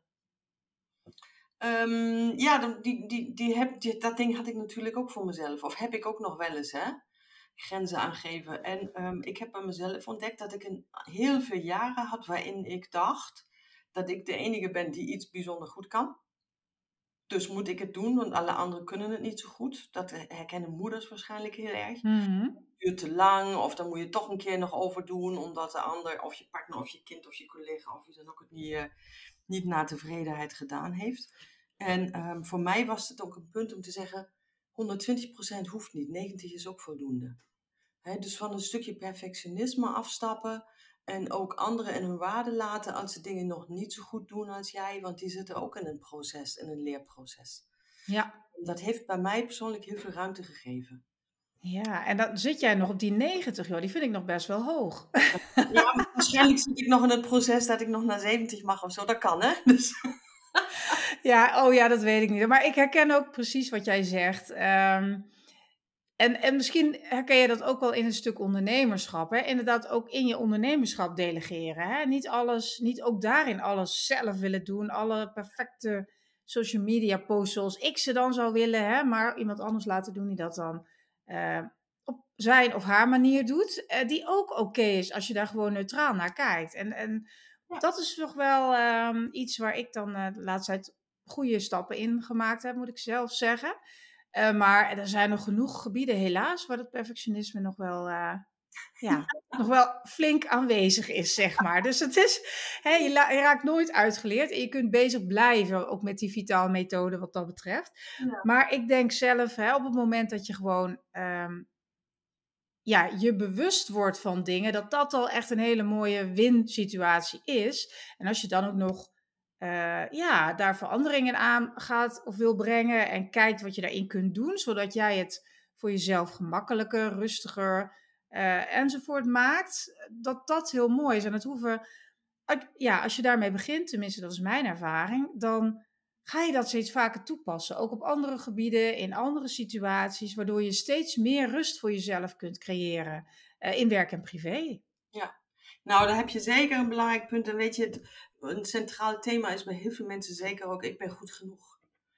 Um, ja, die, die, die heb, die, dat ding had ik natuurlijk ook voor mezelf. Of heb ik ook nog wel eens, hè? Grenzen aangeven. En um, ik heb bij mezelf ontdekt dat ik een, heel veel jaren had waarin ik dacht dat ik de enige ben die iets bijzonder goed kan. Dus moet ik het doen, want alle anderen kunnen het niet zo goed. Dat herkennen moeders waarschijnlijk heel erg. Mm-hmm. Het duurt te lang, of dan moet je toch een keer nog overdoen, omdat de ander, of je partner, of je kind, of je collega, of wie dan ook het niet, uh, niet naar tevredenheid gedaan heeft. En um, voor mij was het ook een punt om te zeggen, honderdtwintig procent hoeft niet, negentig is ook voldoende. He, dus van een stukje perfectionisme afstappen en ook anderen in hun waarde laten als ze dingen nog niet zo goed doen als jij, want die zitten ook in een proces, in een leerproces. Ja. Dat heeft bij mij persoonlijk heel veel ruimte gegeven. Ja, en dan zit jij nog op die negentig, joh. Die vind ik nog best wel hoog. Ja, maar waarschijnlijk zit ik nog in het proces dat ik nog naar zeventig mag of zo. Dat kan, hè? Dus... Ja, oh ja, dat weet ik niet. Maar ik herken ook precies wat jij zegt. Um, en, en misschien herken je dat ook wel in een stuk ondernemerschap. Hè? Inderdaad, ook in je ondernemerschap delegeren. Hè? Niet alles, niet ook daarin alles zelf willen doen. Alle perfecte social media posts zoals ik ze dan zou willen. Hè? Maar iemand anders laten doen die dat dan uh, op zijn of haar manier doet. Uh, die ook oké okay is als je daar gewoon neutraal naar kijkt. En, en ja. Dat is toch wel um, iets waar ik dan uh, de laatste tijd goede stappen in gemaakt heb, moet ik zelf zeggen. Uh, maar er zijn nog genoeg gebieden, helaas, waar het perfectionisme nog wel, uh, ja, nog wel flink aanwezig is, zeg maar. Dus het is, hè, je, la- je raakt nooit uitgeleerd en je kunt bezig blijven, ook met die Vitaal-methode wat dat betreft. Ja. Maar ik denk zelf, hè, op het moment dat je gewoon um, ja, je bewust wordt van dingen, dat dat al echt een hele mooie win-situatie is. En als je dan ook nog Uh, ja, daar veranderingen aan gaat of wil brengen en kijkt wat je daarin kunt doen, zodat jij het voor jezelf gemakkelijker, rustiger uh, enzovoort maakt, dat dat heel mooi is. En het hoeven, ja, als je daarmee begint, tenminste dat is mijn ervaring, dan ga je dat steeds vaker toepassen, ook op andere gebieden, in andere situaties, waardoor je steeds meer rust voor jezelf kunt creëren, uh, in werk en privé. Ja, nou, daar heb je zeker een belangrijk punt. En weet je, het, een centraal thema is bij heel veel mensen zeker ook, ik ben goed genoeg.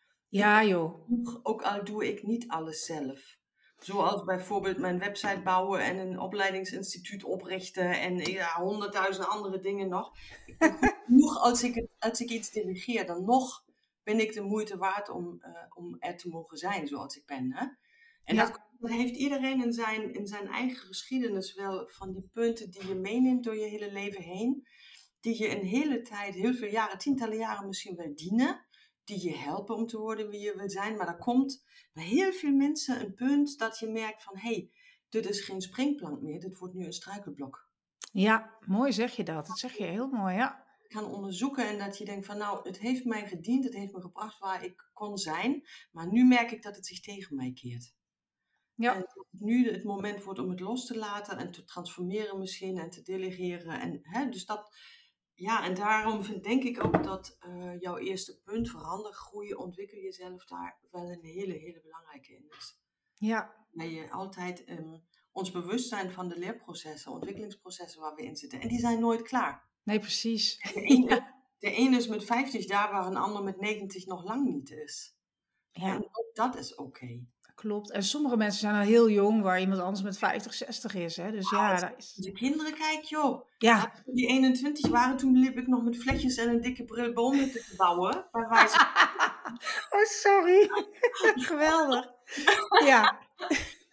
Ja, joh. Genoeg, ook al doe ik niet alles zelf. Zoals bijvoorbeeld mijn website bouwen en een opleidingsinstituut oprichten en ja, honderdduizend andere dingen nog. Ik ben goed genoeg als ik, het, als ik iets delegeer, dan nog ben ik de moeite waard om, uh, om er te mogen zijn zoals ik ben. Hè? En ja. dat, dat heeft iedereen in zijn, in zijn eigen geschiedenis wel van die punten die je meeneemt door je hele leven heen. Die je een hele tijd, heel veel jaren, tientallen jaren misschien wel dienen. Die je helpen om te worden wie je wil zijn. Maar er komt bij heel veel mensen een punt dat je merkt van, hé, hey, dit is geen springplank meer. Dit wordt nu een struikelblok. Ja, mooi zeg je dat. Dat zeg je heel mooi, ja. Gaan onderzoeken en dat je denkt van, nou, het heeft mij gediend. Het heeft me gebracht waar ik kon zijn. Maar nu merk ik dat het zich tegen mij keert. Ja. En dat het nu het moment wordt om het los te laten en te transformeren misschien en te delegeren. En, hè, dus dat, ja, en daarom vind, denk ik ook dat uh, jouw eerste punt, verander, groeien, ontwikkel jezelf, daar wel een hele, hele belangrijke in is. Ja. Dat je altijd um, ons bewust zijn van de leerprocessen, ontwikkelingsprocessen waar we in zitten. En die zijn nooit klaar. Nee, precies. De ene, ja. de ene is met vijftig daar waar een ander met negentig nog lang niet is. Ja. En ook dat is oké. Okay. Klopt. En sommige mensen zijn al heel jong, waar iemand anders met vijftig, zestig is. Hè? Dus ah, ja, dat is... De kinderen, kijk joh. Ja. Toen die eenentwintig waren, toen liep ik nog met vletjes en een dikke bril bomen te bouwen. Bij wijze... Oh, sorry. Geweldig. Ja.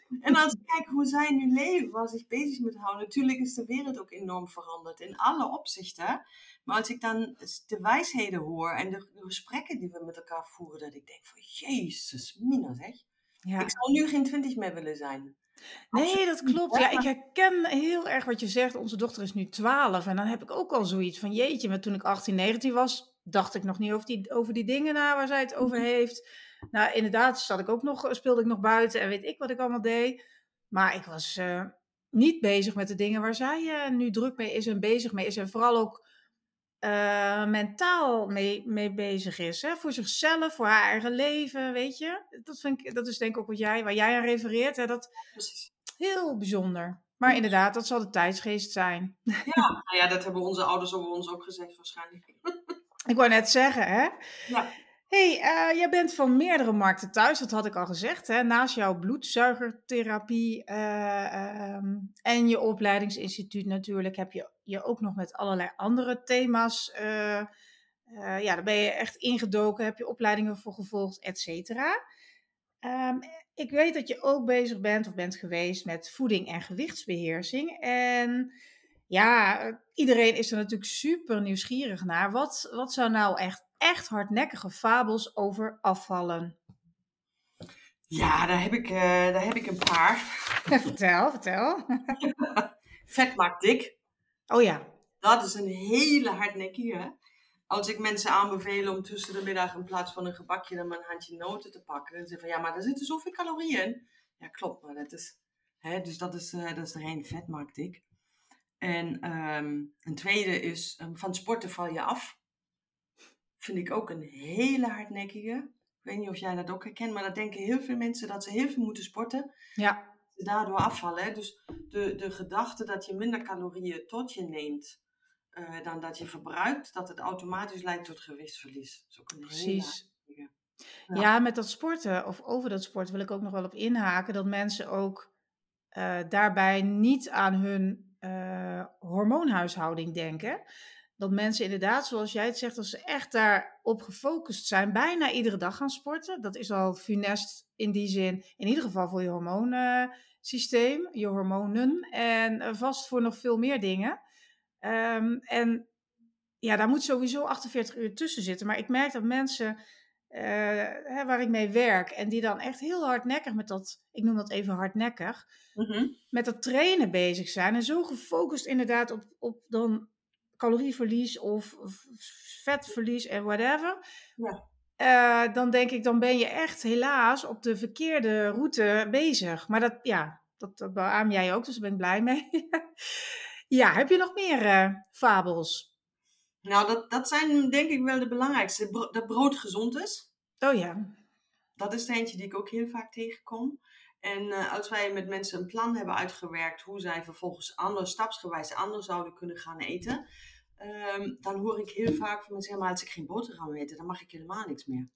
En als ik kijk hoe zij nu leven, waar zich bezig met houden. Natuurlijk is de wereld ook enorm veranderd in alle opzichten. Maar als ik dan de wijsheden hoor en de, de gesprekken die we met elkaar voeren, dat ik denk van Jezus, Mina zeg. Ja. Ik zou nu geen twintig meer willen zijn. Nee, Absoluut dat niet, klopt. hè, Ja, ik maar- herken heel erg wat je zegt. Onze dochter is nu twaalf en dan heb ik ook al zoiets van jeetje, maar toen ik achttien, negentien was, dacht ik nog niet over die, over die dingen na waar zij het over heeft. Nou, inderdaad, zat ik ook nog, speelde ik nog buiten en weet ik wat ik allemaal deed. Maar ik was eh, niet bezig met de dingen waar zij eh, nu druk mee is en bezig mee is. En vooral ook eh, mentaal mee, mee bezig is. Hè? Voor zichzelf, voor haar eigen leven, weet je. Dat, vind ik, dat is denk ik ook wat jij, waar jij aan refereert. Hè? Dat Precies. heel bijzonder. Maar inderdaad, dat zal de tijdsgeest zijn. Ja, nou ja, dat hebben onze ouders over ons ook gezegd waarschijnlijk. Ik wou net zeggen, hè? Ja. hey, uh, jij bent van meerdere markten thuis, dat had ik al gezegd. Hè? Naast jouw bloedzuigertherapie uh, um, en je opleidingsinstituut natuurlijk, heb je je ook nog met allerlei andere thema's. Uh, uh, ja, daar ben je echt ingedoken, heb je opleidingen voor gevolgd, et cetera. Um, ik weet dat je ook bezig bent of bent geweest met voeding en gewichtsbeheersing. En ja, iedereen is er natuurlijk super nieuwsgierig naar. Wat, wat zou nou echt, echt hardnekkige fabels over afvallen? Ja, daar heb ik, uh, daar heb ik een paar. vertel, vertel. Vet maakt dik. Oh ja. Dat is een hele hardnekkige. Als ik mensen aanbeveel om tussen de middag in plaats van een gebakje dan maar een handje noten te pakken. En ze zeggen van ja, maar daar zitten zoveel calorieën in. Ja, klopt, maar dat is... Hè, dus dat is, uh, dat is er een, vet maakt dik. En um, een tweede is, um, van sporten val je af. Vind ik ook een hele hardnekkige. Ik weet niet of jij dat ook herkent, maar dat denken heel veel mensen dat ze heel veel moeten sporten. Ja. Ze daardoor afvallen. Hè? Dus de, de gedachte dat je minder calorieën tot je neemt uh, dan dat je verbruikt, dat het automatisch leidt tot gewichtsverlies. Dat is ook een Precies. hele ja. ja, met dat sporten, of over dat sport wil ik ook nog wel op inhaken, dat mensen ook uh, daarbij niet aan hun uh, hormoonhuishouding denken. Dat mensen inderdaad, zoals jij het zegt, als ze echt daarop gefocust zijn, bijna iedere dag gaan sporten. Dat is al funest in die zin, in ieder geval voor je hormoonsysteem, je hormonen. En vast voor nog veel meer dingen. Um, en ja, daar moet sowieso achtenveertig uur tussen zitten. Maar ik merk dat mensen uh, hè, waar ik mee werk en die dan echt heel hardnekkig met dat, ik noem dat even hardnekkig, mm-hmm. met dat trainen bezig zijn. En zo gefocust inderdaad op, op dan calorieverlies of vetverlies en whatever. Ja. Uh, dan denk ik, dan ben je echt helaas op de verkeerde route bezig. Maar dat, ja, dat, dat beaam jij ook, dus daar ben ik blij mee. ja, heb je nog meer uh, fabels? Nou, dat, dat zijn denk ik wel de belangrijkste. Bro- dat brood gezond is. Oh ja. Dat is de eentje die ik ook heel vaak tegenkom. En uh, als wij met mensen een plan hebben uitgewerkt hoe zij vervolgens anders, stapsgewijs anders zouden kunnen gaan eten, um, dan hoor ik heel vaak van mensen, ja, maar als ik geen boterham eten, dan mag ik helemaal niks meer.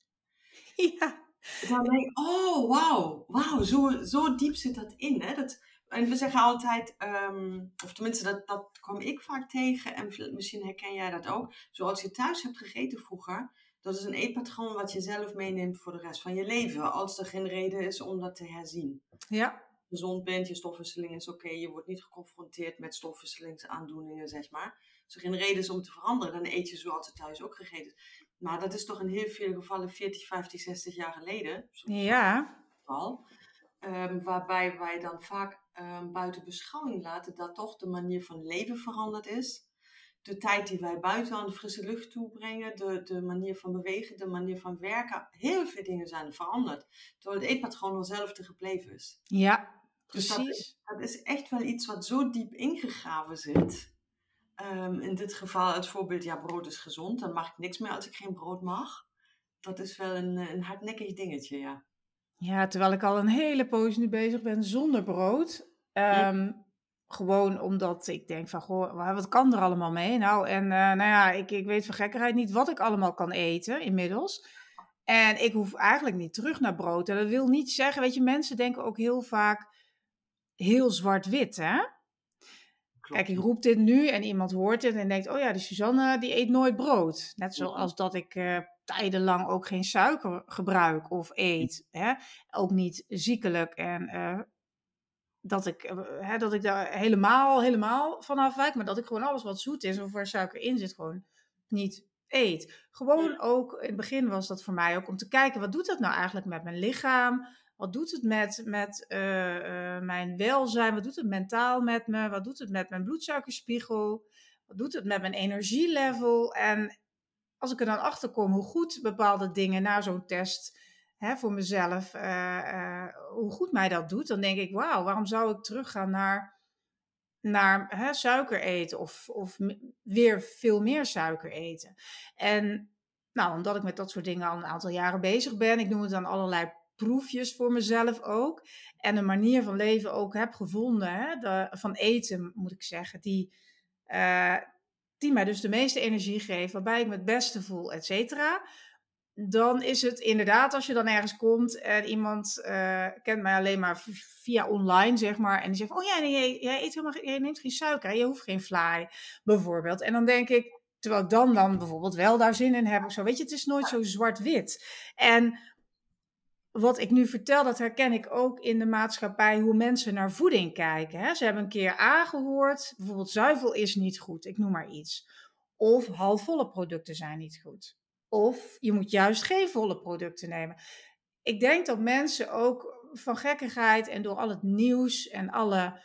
Ja. Dan denk ik, oh, wauw, wauw, zo, zo diep zit dat in. Hè? Dat, en we zeggen altijd, um, of tenminste, dat, dat kwam ik vaak tegen, en misschien herken jij dat ook. Zoals je thuis hebt gegeten vroeger, dat is een eetpatroon wat je zelf meeneemt voor de rest van je leven. Als er geen reden is om dat te herzien. Ja. Gezond bent, je stofwisseling is oké. Okay, je wordt niet geconfronteerd met stofwisselingsaandoeningen, zeg maar. Als er geen reden is om te veranderen, dan eet je zoals het thuis ook gegeten. Maar dat is toch in heel veel gevallen veertig, vijftig, zestig jaar geleden. Ja. Geval, um, waarbij wij dan vaak um, buiten beschouwing laten dat toch de manier van leven veranderd is. De tijd die wij buiten aan de frisse lucht toebrengen, de, de manier van bewegen, de manier van werken. Heel veel dingen zijn veranderd. Terwijl het eetpatroon wel hetzelfde gebleven is. Ja, precies. Dus dat is, dat is echt wel iets wat zo diep ingegraven zit. Um, in dit geval het voorbeeld, ja, brood is gezond. Dan mag ik niks meer als ik geen brood mag. Dat is wel een, een hardnekkig dingetje, ja. Ja, terwijl ik al een hele poos nu bezig ben zonder brood. Um, hm. Gewoon omdat ik denk van, goh, wat kan er allemaal mee? Nou, en uh, nou ja, ik, ik weet van gekkerheid niet wat ik allemaal kan eten inmiddels. En ik hoef eigenlijk niet terug naar brood. En dat wil niet zeggen, weet je, mensen denken ook heel vaak heel zwart-wit, hè? Klopt. Kijk, ik roep dit nu en iemand hoort dit en denkt, oh ja, die Suzanne, die eet nooit brood. Net zoals dat ik uh, tijdenlang ook geen suiker gebruik of eet. Hè? Ook niet ziekelijk en uh, dat ik, uh, hè, dat ik daar helemaal, helemaal van afwijk. Maar dat ik gewoon alles wat zoet is of waar suiker in zit gewoon niet eet. Gewoon ook, in het begin was dat voor mij ook om te kijken, wat doet dat nou eigenlijk met mijn lichaam? Wat doet het met, met uh, uh, mijn welzijn? Wat doet het mentaal met me? Wat doet het met mijn bloedsuikerspiegel? Wat doet het met mijn energielevel? En als ik er dan achter kom hoe goed bepaalde dingen na zo'n test, hè, voor mezelf, uh, uh, hoe goed mij dat doet, dan denk ik, wauw, waarom zou ik teruggaan naar, naar hè, suiker eten of, of m- weer veel meer suiker eten? En nou, omdat ik met dat soort dingen al een aantal jaren bezig ben, ik noem het dan allerlei proefjes voor mezelf ook, en een manier van leven ook heb gevonden, hè, de, van eten moet ik zeggen, die, uh, die mij dus de meeste energie geeft, waarbij ik me het beste voel, et cetera. Dan is het inderdaad, als je dan ergens komt en iemand uh, kent mij alleen maar v- via online, zeg maar. En die zegt, oh ja, nee, jij, jij, eet helemaal, jij neemt geen suiker, hè? Je hoeft geen fly, bijvoorbeeld. En dan denk ik, terwijl ik dan, dan bijvoorbeeld wel daar zin in heb of zo. Weet je, het is nooit zo zwart-wit. En wat ik nu vertel, dat herken ik ook in de maatschappij, hoe mensen naar voeding kijken. Hè? Ze hebben een keer aangehoord, bijvoorbeeld zuivel is niet goed, ik noem maar iets. Of halfvolle producten zijn niet goed. Of je moet juist geen volle producten nemen. Ik denk dat mensen ook van gekkigheid en door al het nieuws en alle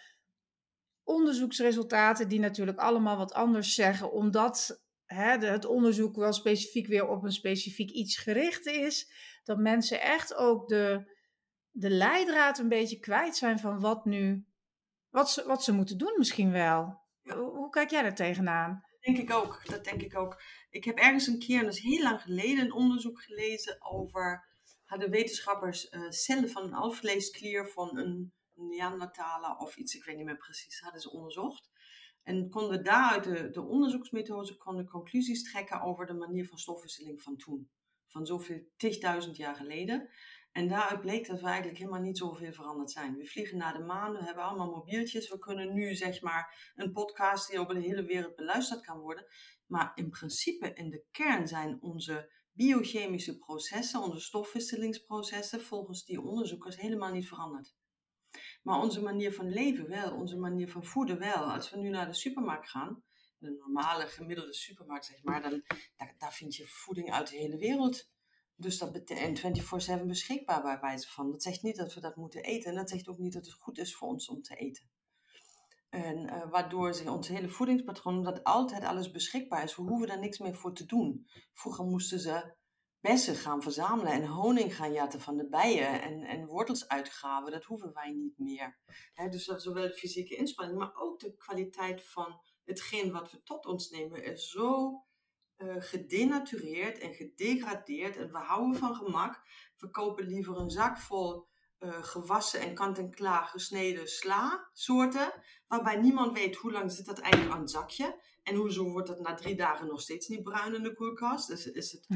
onderzoeksresultaten, die natuurlijk allemaal wat anders zeggen, omdat hè, de, het onderzoek wel specifiek weer op een specifiek iets gericht is, dat mensen echt ook de, de leidraad een beetje kwijt zijn van wat nu, wat ze, wat ze moeten doen misschien wel. Ja. Hoe, hoe kijk jij daar tegenaan? Dat denk ik ook. Dat denk ik ook. Ik heb ergens een keer, en dat is heel lang geleden, een onderzoek gelezen over, hadden wetenschappers uh, cellen van een alvleesklier van een Neandertaler of iets, ik weet niet meer precies, hadden ze onderzocht. En konden daaruit de, de onderzoeksmethodes, konden conclusies trekken over de manier van stofwisseling van toen. Van zoveel tigduizend jaar geleden. En daaruit bleek dat we eigenlijk helemaal niet zoveel veranderd zijn. We vliegen naar de maan, we hebben allemaal mobieltjes. We kunnen nu zeg maar een podcast die over de hele wereld beluisterd kan worden. Maar in principe, in de kern zijn onze biochemische processen, onze stofwisselingsprocessen, volgens die onderzoekers helemaal niet veranderd. Maar onze manier van leven wel, onze manier van voeden wel. Als we nu naar de supermarkt gaan, de normale gemiddelde supermarkt zeg maar, dan, daar, daar vind je voeding uit de hele wereld. Dus dat betekent vierentwintig zeven beschikbaar bij wijze van. Dat zegt niet dat we dat moeten eten. En dat zegt ook niet dat het goed is voor ons om te eten. En uh, waardoor zich ons hele voedingspatroon, omdat altijd alles beschikbaar is, we hoeven daar niks meer voor te doen. Vroeger moesten ze bessen gaan verzamelen en honing gaan jatten van de bijen en, en wortels uitgraven. Dat hoeven wij niet meer. He, dus dat zowel de fysieke inspanning, maar ook de kwaliteit van hetgeen wat we tot ons nemen is zo uh, gedenatureerd en gedegradeerd. En we houden van gemak. We kopen liever een zak vol uh, gewassen en kant-en-klaar gesneden sla soorten, waarbij niemand weet hoe lang zit dat eigenlijk aan het zakje. En hoezo wordt dat na drie dagen nog steeds niet bruin in de koelkast? Is, is het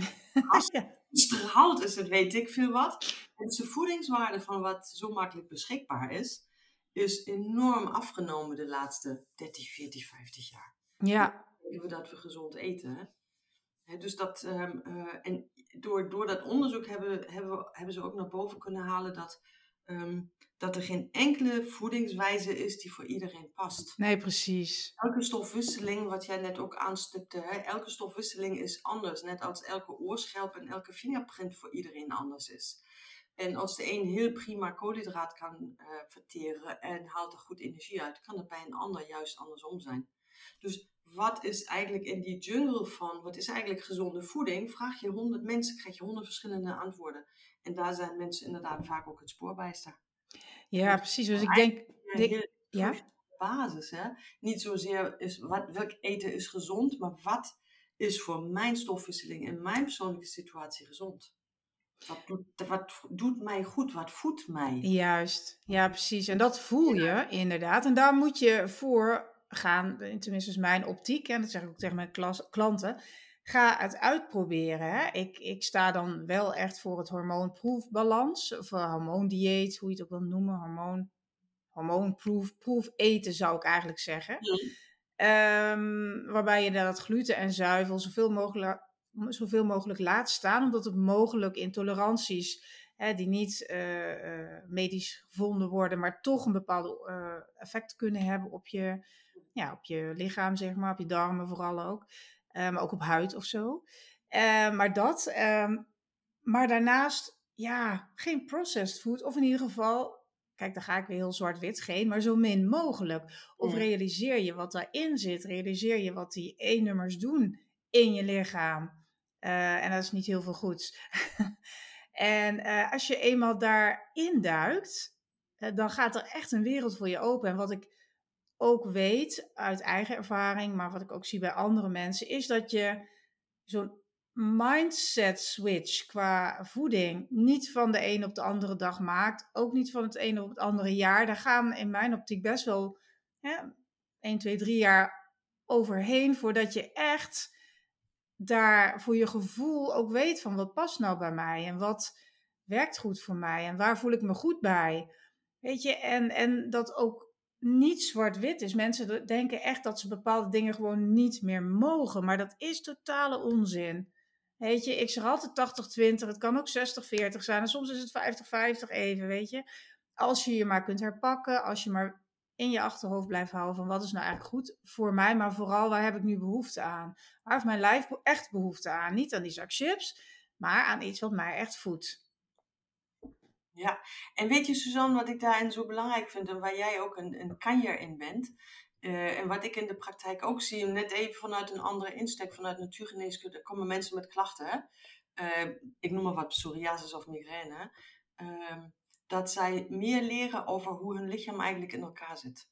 gestraald? Ja. Is het weet ik veel wat? En dus de voedingswaarde van wat zo makkelijk beschikbaar is, is enorm afgenomen de laatste dertig, veertig, vijftig jaar. Ja. We dat we gezond eten. Hè? He, dus dat, um, uh, en door, door dat onderzoek hebben, hebben, we, hebben ze ook naar boven kunnen halen dat, um, dat er geen enkele voedingswijze is die voor iedereen past. Nee, precies. Elke stofwisseling, wat jij net ook aanstipte, hè, elke stofwisseling is anders. Net als elke oorschelp en elke fingerprint voor iedereen anders is. En als de een heel prima koolhydraat kan uh, verteren en haalt er goed energie uit, kan het bij een ander juist andersom zijn. Dus wat is eigenlijk in die jungle van, wat is eigenlijk gezonde voeding? Vraag je honderd mensen, krijg je honderd verschillende antwoorden. En daar zijn mensen inderdaad vaak ook het spoorbijster. Ja, dus precies. Dus ik denk... Een heel ja? basis, hè? Niet zozeer is wat, welk eten is gezond, maar wat is voor mijn stofwisseling en mijn persoonlijke situatie gezond? Wat doet, wat doet mij goed? Wat voedt mij? Juist, ja precies. En dat voel je ja. inderdaad. En daar moet je voor gaan, tenminste is mijn optiek, en dat zeg ik ook tegen mijn klas, klanten, ga het uitproberen. Hè? Ik, ik sta dan wel echt voor het hormoonproefbalans, of hormoondieet, hoe je het ook wil noemen, hormoon, hormoonproef, proef eten zou ik eigenlijk zeggen. Ja. Um, waarbij je dat gluten en zuivel zoveel mogelijk, zoveel mogelijk laat staan, omdat het mogelijk intoleranties hè, die niet uh, uh, medisch gevonden worden, maar toch een bepaalde uh, effect kunnen hebben op je, ja, op je lichaam, zeg maar, op je darmen vooral ook, uh, maar ook op huid of zo. Uh, maar dat, um, maar daarnaast, ja, geen processed food, of in ieder geval, kijk, daar ga ik weer heel zwart-wit, geen, maar zo min mogelijk. Of realiseer je wat daarin zit, realiseer je wat die E-nummers doen in je lichaam. Uh, en dat is niet heel veel goeds. En uh, als je eenmaal daarin duikt, uh, dan gaat er echt een wereld voor je open. En wat ik ook weet uit eigen ervaring, maar wat ik ook zie bij andere mensen, is dat je zo'n mindset switch qua voeding niet van de een op de andere dag maakt. Ook niet van het ene op het andere jaar. Daar gaan in mijn optiek best wel hè, één, twee, drie jaar overheen voordat je echt daar voor je gevoel ook weet van wat past nou bij mij en wat werkt goed voor mij en waar voel ik me goed bij. Weet je, en, en dat ook niet zwart-wit is. Mensen denken echt dat ze bepaalde dingen gewoon niet meer mogen, maar dat is totale onzin. Weet je, ik zeg altijd tachtig twintig, het kan ook zestig veertig zijn en soms is het vijftig vijftig even, weet je. Als je je maar kunt herpakken, als je maar in je achterhoofd blijft houden van wat is nou eigenlijk goed voor mij, maar vooral waar heb ik nu behoefte aan? Waar heeft mijn lijf echt behoefte aan? Niet aan die zak chips, maar aan iets wat mij echt voedt. Ja, en weet je Suzanne, wat ik daarin zo belangrijk vind en waar jij ook een, een kanjer in bent, uh, en wat ik in de praktijk ook zie, net even vanuit een andere insteek, vanuit natuurgeneeskunde, komen mensen met klachten, hè? Uh, ik noem maar wat psoriasis of migraine, uh, dat zij meer leren over hoe hun lichaam eigenlijk in elkaar zit.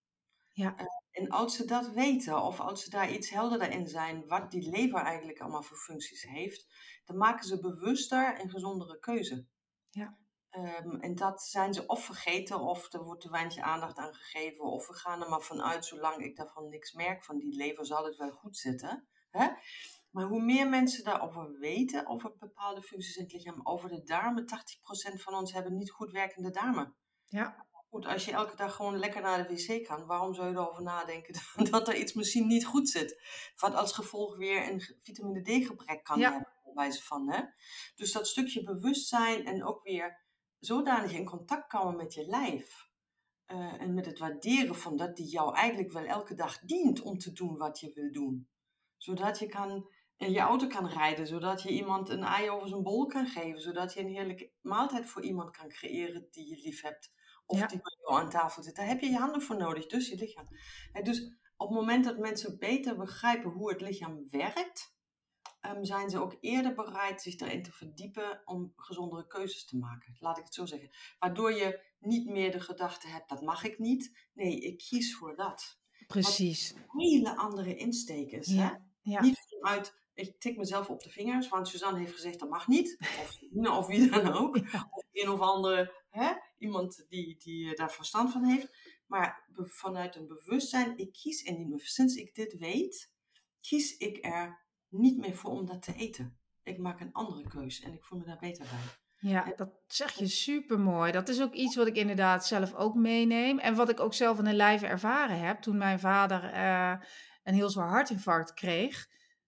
Ja. Uh, en als ze dat weten, of als ze daar iets helderder in zijn, wat die lever eigenlijk allemaal voor functies heeft, dan maken ze bewuster een gezondere keuze. Ja. Um, en dat zijn ze of vergeten, of er wordt te weinig aandacht aan gegeven, of we gaan er maar vanuit, zolang ik daarvan niks merk, van die lever zal het wel goed zitten. Hè? Maar hoe meer mensen daarover weten, over bepaalde functies in het lichaam, over de darmen, tachtig procent van ons hebben niet goed werkende darmen. Ja. Goed, als je elke dag gewoon lekker naar de wc kan, waarom zou je erover nadenken dat er iets misschien niet goed zit? Wat als gevolg weer een vitamine D gebrek kan Ja. hebben, bij wijze van. Hè? Dus dat stukje bewustzijn en ook weer zodanig in contact komen met je lijf. Uh, en met het waarderen van dat die jou eigenlijk wel elke dag dient om te doen wat je wil doen. Zodat je kan in je auto kan rijden, zodat je iemand een ei over zijn bol kan geven, zodat je een heerlijke maaltijd voor iemand kan creëren die je lief hebt. Of ja. die bij jou aan tafel zit. Daar heb je je handen voor nodig, dus je lichaam. En dus op het moment dat mensen beter begrijpen hoe het lichaam werkt, Um, zijn ze ook eerder bereid zich erin te verdiepen om gezondere keuzes te maken. Laat ik het zo zeggen. Waardoor je niet meer de gedachte hebt, dat mag ik niet. Nee, ik kies voor dat. Precies. Wat een hele andere insteek is. Ja. Hè? Ja. Niet vanuit, ik tik mezelf op de vingers, want Suzanne heeft gezegd dat mag niet. Of Nina of wie dan ook. Ja. Of een of andere, hè? Iemand die, die daar verstand van heeft. Maar vanuit een bewustzijn, ik kies, en sinds ik dit weet, kies ik er niet meer voor om dat te eten. Ik maak een andere keus en ik voel me daar beter bij. Ja, dat zeg je super mooi. Dat is ook iets wat ik inderdaad zelf ook meeneem. En wat ik ook zelf in een lijf ervaren heb toen mijn vader uh, een heel zwaar hartinfarct kreeg.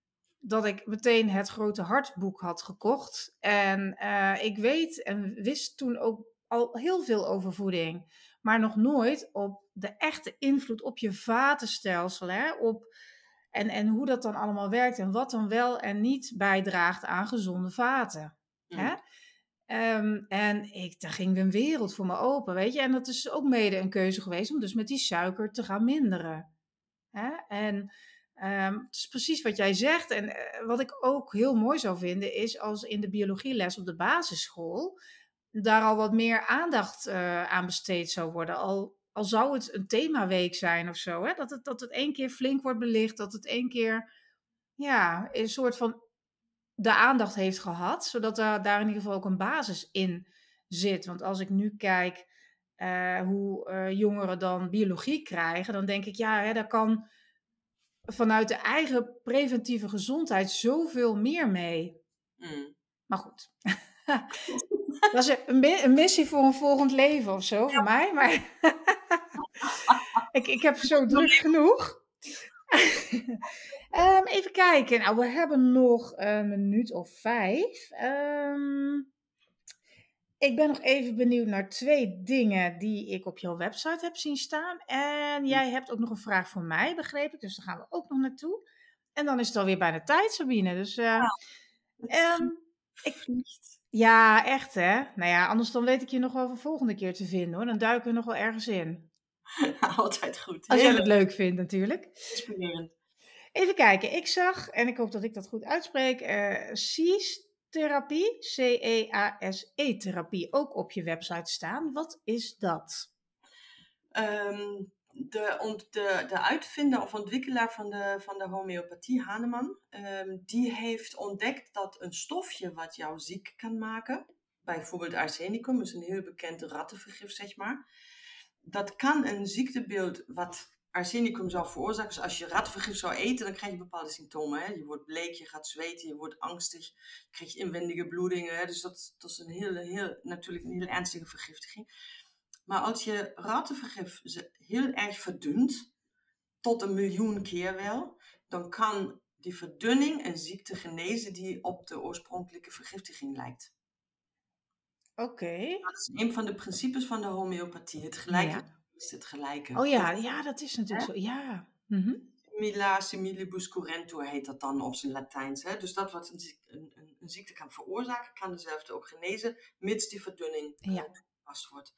Dat ik meteen het grote hartboek had gekocht. En uh, ik weet en wist toen ook al heel veel over voeding. Maar nog nooit op de echte invloed op je vatenstelsel. Hè? Op, en, en hoe dat dan allemaal werkt. En wat dan wel en niet bijdraagt aan gezonde vaten. Mm. Hè? Um, en ik, daar ging een wereld voor me open, weet je. En dat is ook mede een keuze geweest om dus met die suiker te gaan minderen. Hè? En um, het is precies wat jij zegt. En uh, wat ik ook heel mooi zou vinden is als in de biologieles op de basisschool daar al wat meer aandacht uh, aan besteed zou worden. Al, al zou het een themaweek zijn of zo. Hè? Dat, het, dat het één keer flink wordt belicht. Dat het één keer ja, een soort van de aandacht heeft gehad, zodat er daar in ieder geval ook een basis in zit. Want als ik nu kijk uh, hoe uh, jongeren dan biologie krijgen, dan denk ik, ja, hè, daar kan vanuit de eigen preventieve gezondheid zoveel meer mee. Mm. Maar goed, dat is een, een missie voor een volgend leven of zo, ja. Voor mij. Maar ik, ik heb zo druk genoeg. um, even kijken. Nou, we hebben nog een minuut of vijf. Um, Ik ben nog even benieuwd naar twee dingen die ik op jouw website heb zien staan. En jij hebt ook nog een vraag voor mij, begreep ik. Dus daar gaan we ook nog naartoe. En dan is het alweer bijna tijd, Sabine. Dus uh, Het um, ik, vliegt. ja, echt hè. Nou ja, anders dan weet ik je nog wel voor volgende keer te vinden hoor. Dan duiken we nog wel ergens in. Altijd goed. Als Heel jij het leuk vindt natuurlijk. inspirerend. Even kijken, ik zag, en ik hoop dat ik dat goed uitspreek, uh, C E S-therapie, C E A S E-therapie, ook op je website staan. Wat is dat? Um, de, ont, de, de uitvinder of ontwikkelaar van de, van de homeopathie, Hahnemann, um, die heeft ontdekt dat een stofje wat jou ziek kan maken, bijvoorbeeld arsenicum, is een heel bekend rattenvergif, zeg maar. Dat kan een ziektebeeld wat arsenicum zou veroorzaken. Dus als je rattenvergif zou eten, dan krijg je bepaalde symptomen. Hè? Je wordt bleek, je gaat zweten, je wordt angstig, je krijgt inwendige bloedingen. Hè? Dus dat, dat is een heel, heel, natuurlijk een heel ernstige vergiftiging. Maar als je rattenvergif heel erg verdunt, tot een miljoen keer wel, dan kan die verdunning een ziekte genezen die op de oorspronkelijke vergiftiging lijkt. Oké. Okay. Dat is een van de principes van de homeopathie. Het gelijke Ja. is het gelijke. Oh ja, ja, dat is natuurlijk Hè? zo. Ja. Mm-hmm. Simila similibus curentur heet dat dan op zijn Latijns. Hè? Dus dat wat een ziekte, een, een, een ziekte kan veroorzaken, kan dezelfde ook genezen, mits die verdunning ja. uh, toegepast wordt.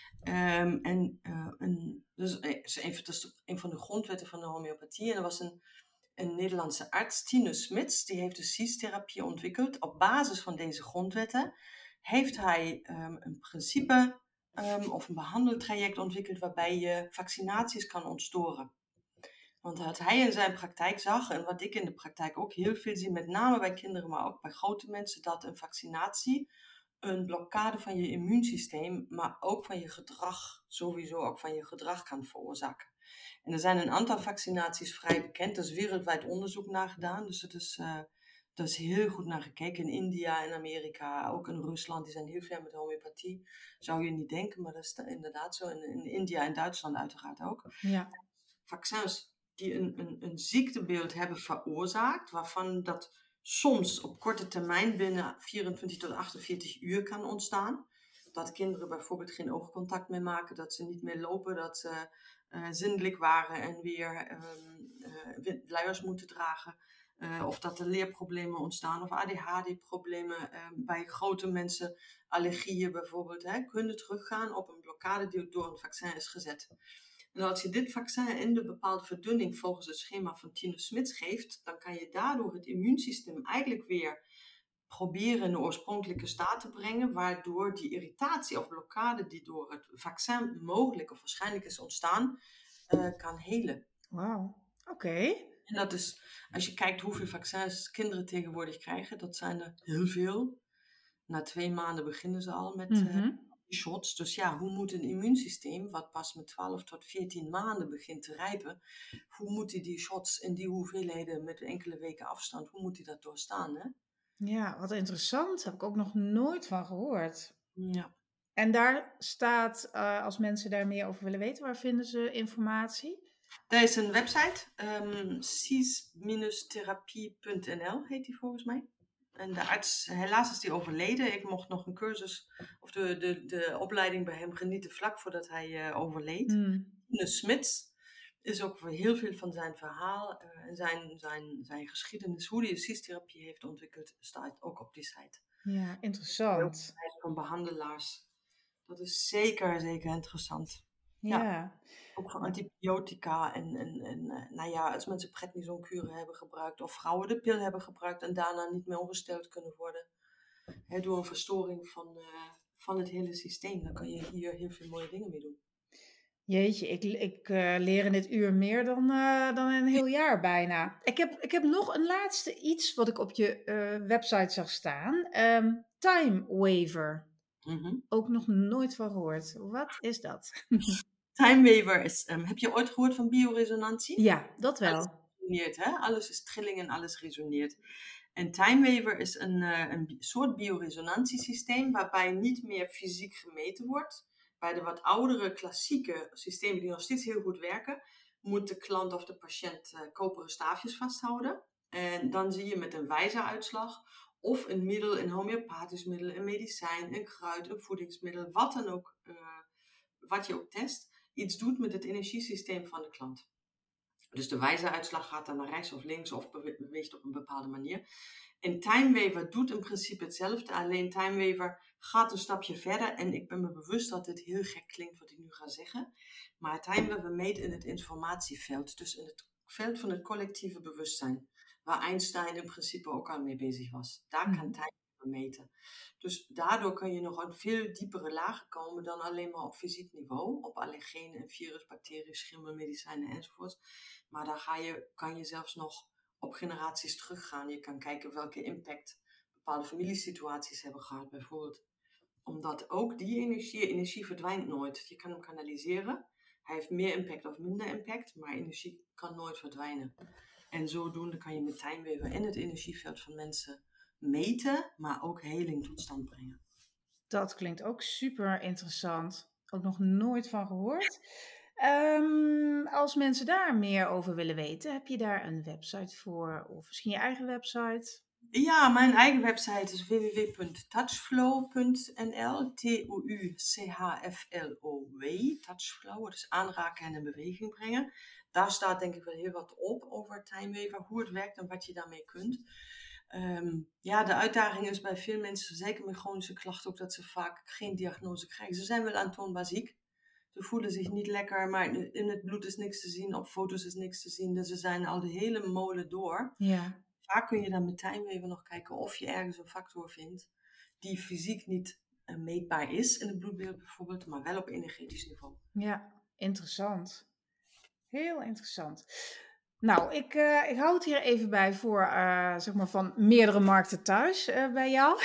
Um, en uh, een, dus, is een, dat is een van de grondwetten van de homeopathie. En er was een, een Nederlandse arts, Tinus Smits, die heeft de C E S therapie ontwikkeld. Op basis van deze grondwetten heeft hij um, een principe um, of een behandeltraject ontwikkeld waarbij je vaccinaties kan ontstoren. Want wat hij in zijn praktijk zag, en wat ik in de praktijk ook heel veel zie, met name bij kinderen, maar ook bij grote mensen, dat een vaccinatie een blokkade van je immuunsysteem, maar ook van je gedrag, sowieso ook van je gedrag kan veroorzaken. En er zijn een aantal vaccinaties vrij bekend, er is wereldwijd onderzoek naar gedaan, dus het is, uh, er is heel goed naar gekeken in India, in Amerika, ook in Rusland, die zijn heel ver met homeopathie. Zou je niet denken, maar dat is inderdaad zo. In, in India en Duitsland uiteraard ook. Ja. Vaccins die een, een, een ziektebeeld hebben veroorzaakt, waarvan dat soms op korte termijn binnen vierentwintig tot achtenveertig uur kan ontstaan. Dat kinderen bijvoorbeeld geen oogcontact meer maken, dat ze niet meer lopen, dat ze uh, zindelijk waren en weer um, uh, luiers moeten dragen. Uh, of dat er leerproblemen ontstaan of A D H D-problemen uh, bij grote mensen, allergieën bijvoorbeeld, hè, kunnen teruggaan op een blokkade die door een vaccin is gezet. En als je dit vaccin in de bepaalde verdunning volgens het schema van Tinus Smits geeft, dan kan je daardoor het immuunsysteem eigenlijk weer proberen in de oorspronkelijke staat te brengen, waardoor die irritatie of blokkade die door het vaccin mogelijk of waarschijnlijk is ontstaan, uh, kan helen. Wauw, oké. Okay. En dat is, als je kijkt hoeveel vaccins kinderen tegenwoordig krijgen, dat zijn er heel veel. Na twee maanden beginnen ze al met mm-hmm. uh, shots. Dus ja, hoe moet een immuunsysteem, wat pas met twaalf tot veertien maanden begint te rijpen, hoe moet hij die shots in die hoeveelheden met enkele weken afstand, hoe moet hij dat doorstaan, hè? Ja, wat interessant. Heb ik ook nog nooit van gehoord. Ja. En daar staat, uh, als mensen daar meer over willen weten, waar vinden ze informatie? Er is een website, um, C E S therapie punt n l heet die volgens mij. En de arts, helaas is die overleden. Ik mocht nog een cursus, of de, de, de opleiding bij hem genieten vlak voordat hij uh, overleed. Mm. Tinus Smits is ook voor heel veel van zijn verhaal en uh, zijn, zijn, zijn geschiedenis, hoe hij de C E S-therapie heeft ontwikkeld, staat ook op die site. Ja, interessant. Van behandelaars. Dat is zeker, zeker interessant. Ja. ja. Ook voor antibiotica en, en, en nou ja, als mensen prednisonkuren hebben gebruikt of vrouwen de pil hebben gebruikt en daarna niet meer ongesteld kunnen worden. He, door een verstoring van, uh, van het hele systeem. Dan kan je hier heel veel mooie dingen mee doen. Jeetje, ik, ik uh, leer in dit uur meer dan, uh, dan een heel jaar bijna. Ik heb, ik heb nog een laatste iets wat ik op je uh, website zag staan. Um, Time Waver. Mm-hmm. Ook nog nooit van gehoord. Wat is dat? Time Waver is, um, heb je ooit gehoord van bioresonantie? Ja, dat wel. Alles resoneert, hè? Alles is trilling en alles resoneert. En Time Waver is een, uh, een soort bioresonantiesysteem waarbij niet meer fysiek gemeten wordt. Bij de wat oudere klassieke systemen die nog steeds heel goed werken, moet de klant of de patiënt uh, koperen staafjes vasthouden. En dan zie je met een wijzeruitslag of een middel, een homeopathisch middel, een medicijn, een kruid, een voedingsmiddel, wat dan ook, uh, wat je ook test, iets doet met het energiesysteem van de klant. Dus de wijzeruitslag gaat dan naar rechts of links of beweegt op een bepaalde manier. En Timeweaver doet in principe hetzelfde, alleen Timeweaver gaat een stapje verder. En ik ben me bewust dat dit heel gek klinkt wat ik nu ga zeggen. Maar Timeweaver meet in het informatieveld, dus in het veld van het collectieve bewustzijn. Waar Einstein in principe ook al mee bezig was. Daar kan Timeweaver meten. Dus daardoor kun je nog een veel diepere lagen komen dan alleen maar op fysiek niveau. Op allergenen en virus, bacteriën, schimmel, medicijnen enzovoort. Maar daar ga je, kan je zelfs nog op generaties teruggaan. Je kan kijken welke impact bepaalde familiesituaties hebben gehad bijvoorbeeld. Omdat ook die energie, energie verdwijnt nooit. Je kan hem kanaliseren. Hij heeft meer impact of minder impact, maar energie kan nooit verdwijnen. En zodoende kan je met Timeweaver in het energieveld van mensen meten, maar ook heling tot stand brengen. Dat klinkt ook super interessant. Ook nog nooit van gehoord. Um, als mensen daar meer over willen weten, heb je daar een website voor? Of misschien je eigen website? Ja, mijn eigen website is w w w punt touchflow punt n l. T O U C H F L O W. Touchflow, dus aanraken en in beweging brengen. Daar staat denk ik wel heel wat op over Timeweaver, hoe het werkt en wat je daarmee kunt. Um, ja, de uitdaging is bij veel mensen, zeker met chronische klachten, ook dat ze vaak geen diagnose krijgen. Ze zijn wel aantoonbaar ziek. Ze voelen zich niet lekker, maar in het bloed is niks te zien, op foto's is niks te zien. Dus ze zijn al de hele molen door. Ja. Vaak kun je dan met Timeweaver nog kijken of je ergens een factor vindt die fysiek niet uh, meetbaar is in het bloedbeeld bijvoorbeeld, maar wel op energetisch niveau. Ja, interessant. Heel interessant. Nou, ik, uh, ik hou het hier even bij voor, uh, zeg maar, van meerdere markten thuis uh, bij jou.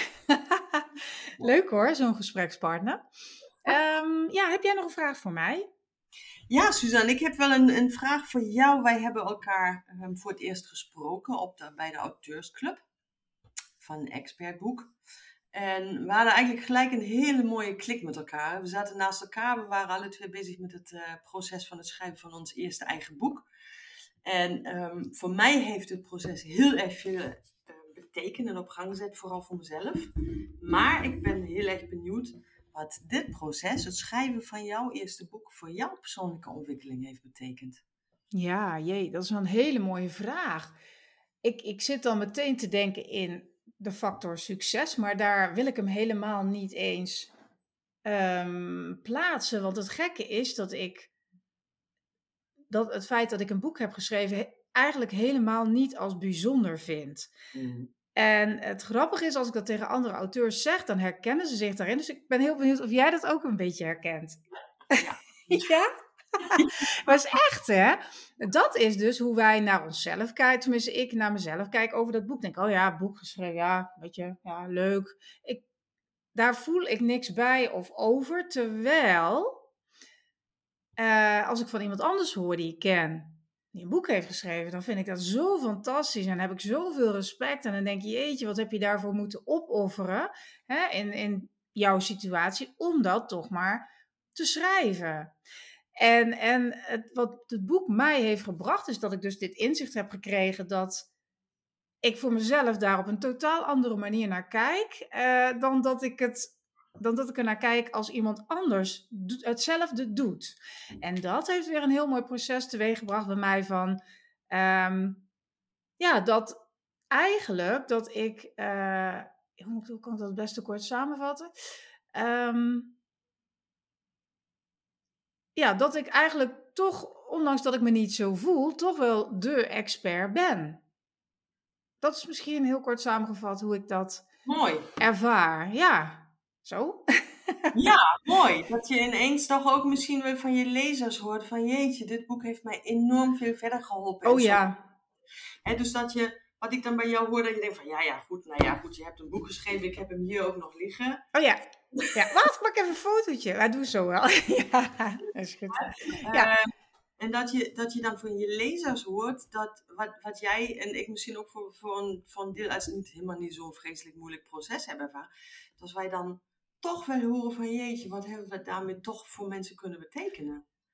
Leuk hoor, zo'n gesprekspartner. Um, ja, heb jij nog een vraag voor mij? Ja, Suzanne, ik heb wel een, een vraag voor jou. Wij hebben elkaar um, voor het eerst gesproken op de, bij de auteursclub van Expertboek. En we hadden eigenlijk gelijk een hele mooie klik met elkaar. We zaten naast elkaar, we waren alle twee bezig met het uh, proces van het schrijven van ons eerste eigen boek. En um, voor mij heeft het proces heel erg veel uh, betekend en op gang gezet, vooral voor mezelf. Maar ik ben heel erg benieuwd wat dit proces, het schrijven van jouw eerste boek, voor jouw persoonlijke ontwikkeling heeft betekend. Ja, jee, dat is wel een hele mooie vraag. Ik, ik zit dan meteen te denken in de factor succes, maar daar wil ik hem helemaal niet eens um, plaatsen. Want het gekke is dat ik dat het feit dat ik een boek heb geschreven eigenlijk helemaal niet als bijzonder vind. Mm. En het grappige is, als ik dat tegen andere auteurs zeg, dan herkennen ze zich daarin. Dus ik ben heel benieuwd of jij dat ook een beetje herkent. Ja? Ja? Maar het is echt, hè? Dat is dus hoe wij naar onszelf kijken. Tenminste, ik naar mezelf kijk over dat boek. Denk, oh ja, boek geschreven, ja, weet je, ja, leuk. Ik, daar voel ik niks bij of over. Terwijl, uh, als ik van iemand anders hoor die ik ken, die een boek heeft geschreven, dan vind ik dat zo fantastisch. En dan heb ik zoveel respect. En dan denk je, jeetje, wat heb je daarvoor moeten opofferen, hè, in, in jouw situatie, om dat toch maar te schrijven. En, en het, wat het boek mij heeft gebracht, is dat ik dus dit inzicht heb gekregen dat ik voor mezelf daar op een totaal andere manier naar kijk, uh, dan, dat ik het, dan dat ik er naar kijk als iemand anders hetzelfde doet. En dat heeft weer een heel mooi proces teweeggebracht bij mij van, um, ja, dat eigenlijk dat ik, uh, hoe kan ik dat het beste kort samenvatten? Um, Ja, dat ik eigenlijk toch, ondanks dat ik me niet zo voel, toch wel de expert ben. Dat is misschien heel kort samengevat hoe ik dat mooi ervaar. Ja, zo. Ja, mooi. Dat je ineens toch ook misschien weer van je lezers hoort van jeetje, dit boek heeft mij enorm veel verder geholpen. Oh ja. He, dus dat je, wat ik dan bij jou hoor, dat je denkt van ja, ja, goed, nou ja, goed, je hebt een boek geschreven, ik heb hem hier ook nog liggen. Oh ja. Ja, wacht, maak even een fotootje. Ja, doe zo wel. Ja, dat is goed. Ja. Uh, en dat je, dat je dan van je lezers hoort, dat wat, wat jij en ik misschien ook voor, voor, een, voor een deel als niet helemaal niet zo'n vreselijk moeilijk proces hebben ervaren, dat wij dan toch wel horen van jeetje, wat hebben we daarmee toch voor mensen kunnen betekenen.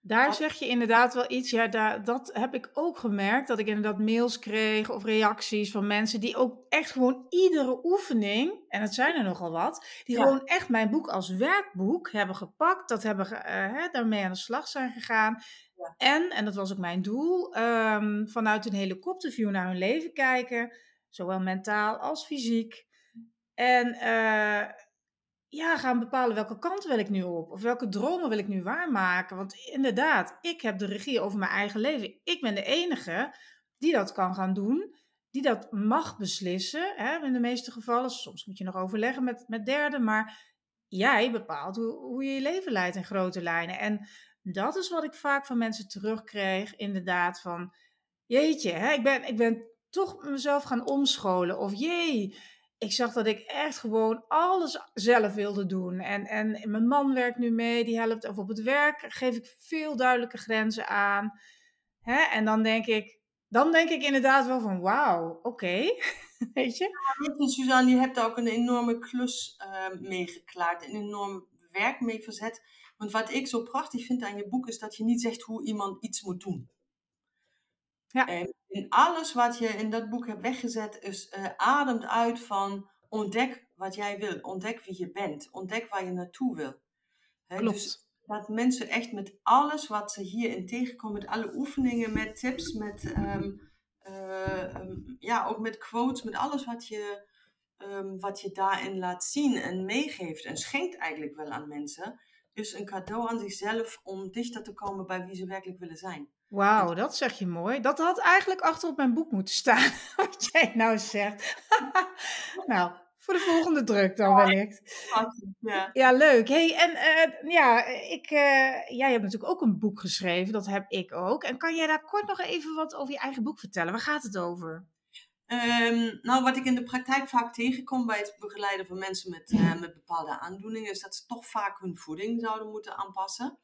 Daar zeg je inderdaad wel iets. Ja, daar, dat heb ik ook gemerkt. Dat ik inderdaad mails kreeg of reacties van mensen die ook echt gewoon iedere oefening, en het zijn er nogal wat, die Ja. gewoon echt mijn boek als werkboek hebben gepakt. Dat hebben ge, uh, hè, daarmee aan de slag zijn gegaan. Ja. En, en dat was ook mijn doel, um, vanuit een helikopterview naar hun leven kijken. Zowel mentaal als fysiek. En uh, ja, gaan bepalen welke kant wil ik nu op. Of welke dromen wil ik nu waarmaken. Want inderdaad, ik heb de regie over mijn eigen leven. Ik ben de enige die dat kan gaan doen. Die dat mag beslissen. Hè, in de meeste gevallen. Soms moet je nog overleggen met, met derden. Maar jij bepaalt hoe, hoe je je leven leidt in grote lijnen. En dat is wat ik vaak van mensen terugkreeg. Inderdaad van, jeetje, hè, ik, ben, ik ben toch mezelf gaan omscholen. Of jee, ik zag dat ik echt gewoon alles zelf wilde doen. En, en mijn man werkt nu mee, die helpt. Of op het werk geef ik veel duidelijke grenzen aan. Hè? En dan denk ik, dan denk ik inderdaad wel van wauw, oké. Okay. Weet je? Ja, weet je, Suzanne, je hebt ook een enorme klus uh, meegeklaard. Een enorm werk mee verzet. Want wat ik zo prachtig vind aan je boek is dat je niet zegt hoe iemand iets moet doen. Ja. En in alles wat je in dat boek hebt weggezet, is uh, ademt uit van ontdek wat jij wil. Ontdek wie je bent. Ontdek waar je naartoe wil. He, Klopt. Dus dat mensen echt met alles wat ze hierin tegenkomen, met alle oefeningen, met tips, met um, uh, um, ja, ook met quotes, met alles wat je, um, wat je daarin laat zien en meegeeft en schenkt eigenlijk wel aan mensen, is een cadeau aan zichzelf om dichter te komen bij wie ze werkelijk willen zijn. Wauw, dat zeg je mooi. Dat had eigenlijk achter op mijn boek moeten staan, wat jij nou zegt. Nou, voor de volgende druk dan wellicht. Ja, ja leuk. Hey, en uh, ja, ik, uh, jij hebt natuurlijk ook een boek geschreven, dat heb ik ook. En kan jij daar kort nog even wat over je eigen boek vertellen? Waar gaat het over? Um, nou, wat ik in de praktijk vaak tegenkom bij het begeleiden van mensen met, uh, met bepaalde aandoeningen, is dat ze toch vaak hun voeding zouden moeten aanpassen.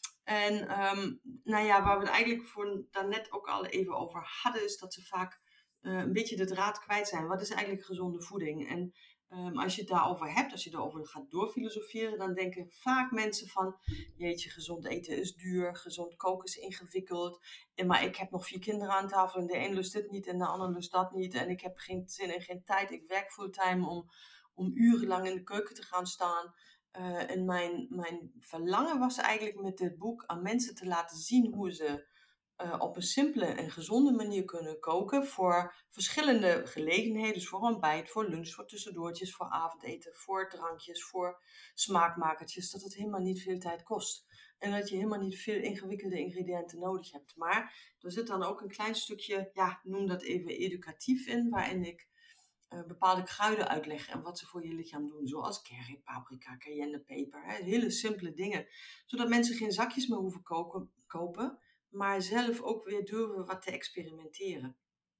En um, nou ja, waar we het eigenlijk voor daarnet ook al even over hadden, is dat ze vaak uh, een beetje de draad kwijt zijn. Wat is eigenlijk gezonde voeding? En um, als je het daarover hebt, als je daarover gaat doorfilosoferen, dan denken vaak mensen van, jeetje, gezond eten is duur, gezond koken is ingewikkeld. En, maar ik heb nog vier kinderen aan tafel en de een lust dit niet en de ander lust dat niet. En ik heb geen zin en geen tijd. Ik werk fulltime om, om urenlang in de keuken te gaan staan. Uh, en mijn, mijn verlangen was eigenlijk met dit boek aan mensen te laten zien hoe ze uh, op een simpele en gezonde manier kunnen koken voor verschillende gelegenheden. Dus voor ontbijt, voor lunch, voor tussendoortjes, voor avondeten, voor drankjes, voor smaakmakertjes. Dat het helemaal niet veel tijd kost. En dat je helemaal niet veel ingewikkelde ingrediënten nodig hebt. Maar er zit dan ook een klein stukje, ja, noem dat even educatief in, waarin ik Uh, bepaalde kruiden uitleggen en wat ze voor je lichaam doen. Zoals curry, paprika, cayennepeper. Hè? Hele simpele dingen. Zodat mensen geen zakjes meer hoeven koken, kopen. Maar zelf ook weer durven wat te experimenteren.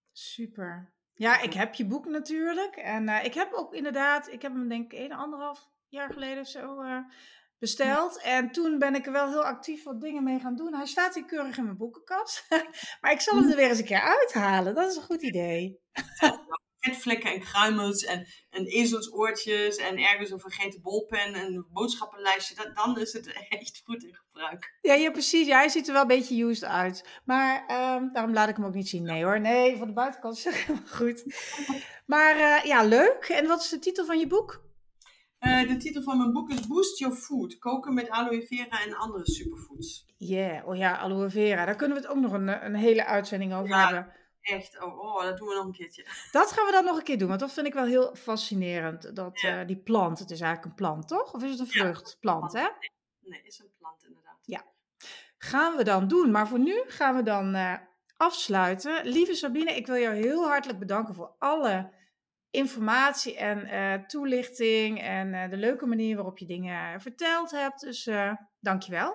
Super. Ja, ik heb je boek natuurlijk. En uh, ik heb ook inderdaad, ik heb hem denk ik een, anderhalf jaar geleden of zo uh, besteld. Ja. En toen ben ik er wel heel actief wat dingen mee gaan doen. Hij staat hier keurig in mijn boekenkast. Maar ik zal hem er weer eens een keer uithalen. Dat is een goed idee. Vetvlekken en kruimels en, en ezelsoortjes en ergens een vergeten bolpen en een boodschappenlijstje, dat, dan is het echt goed in gebruik. Ja, ja precies. Ja, hij ziet er wel een beetje used uit. Maar um, daarom laat ik hem ook niet zien. Nee hoor, nee, van de buitenkant is het helemaal goed. Maar uh, ja, leuk. En wat is de titel van je boek? Uh, de titel van mijn boek is Boost Your Food. Koken met aloe vera en andere superfoods. Ja, yeah. Oh ja, aloe vera. Daar kunnen we het ook nog een, een hele uitzending over ja. hebben. Echt, oh, oh, dat doen we nog een keertje. Dat gaan we dan nog een keer doen, want dat vind ik wel heel fascinerend. Dat, ja. uh, die plant, het is eigenlijk een plant, toch? Of is het een vrucht? Ja. Plant, hè? Nee, nee, is een plant inderdaad. Ja. Gaan we dan doen. Maar voor nu gaan we dan uh, afsluiten. Lieve Sabine, ik wil jou heel hartelijk bedanken voor alle informatie en uh, toelichting. En uh, de leuke manier waarop je dingen verteld hebt. Dus uh, dankjewel.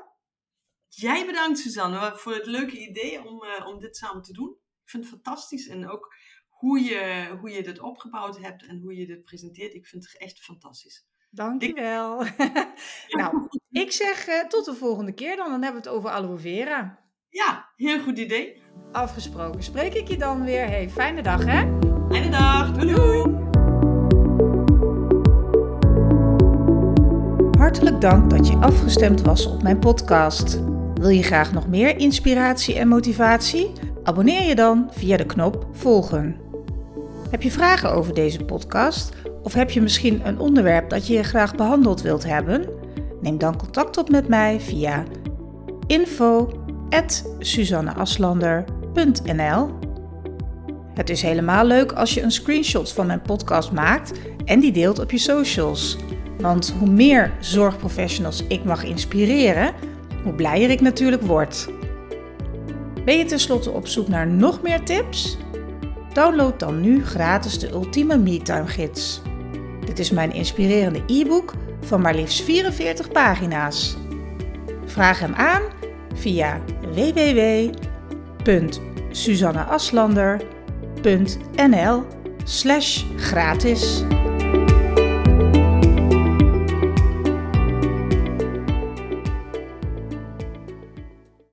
Jij bedankt, Suzanne, voor het leuke idee om, uh, om dit samen te doen. Ik vind het fantastisch en ook hoe je, hoe je dit opgebouwd hebt en hoe je dit presenteert. Ik vind het echt fantastisch. Dankjewel. Nou, ik zeg uh, tot de volgende keer dan. Dan hebben we het over aloe vera. Ja, heel goed idee. Afgesproken. Spreek ik je dan weer. Hey, fijne dag hè. Fijne dag. Doei doei. Hartelijk dank dat je afgestemd was op mijn podcast. Wil je graag nog meer inspiratie en motivatie? Abonneer je dan via de knop volgen. Heb je vragen over deze podcast? Of heb je misschien een onderwerp dat je graag behandeld wilt hebben? Neem dan contact op met mij via info at suzanneaslander punt n l. Het is helemaal leuk als je een screenshot van mijn podcast maakt en die deelt op je socials. Want hoe meer zorgprofessionals ik mag inspireren, hoe blijer ik natuurlijk word. Ben je tenslotte op zoek naar nog meer tips? Download dan nu gratis de Ultieme MeTime Gids. Dit is mijn inspirerende e-book van maar liefst vierenveertig pagina's. Vraag hem aan via w w w punt suzanneaslander punt n l slash gratis.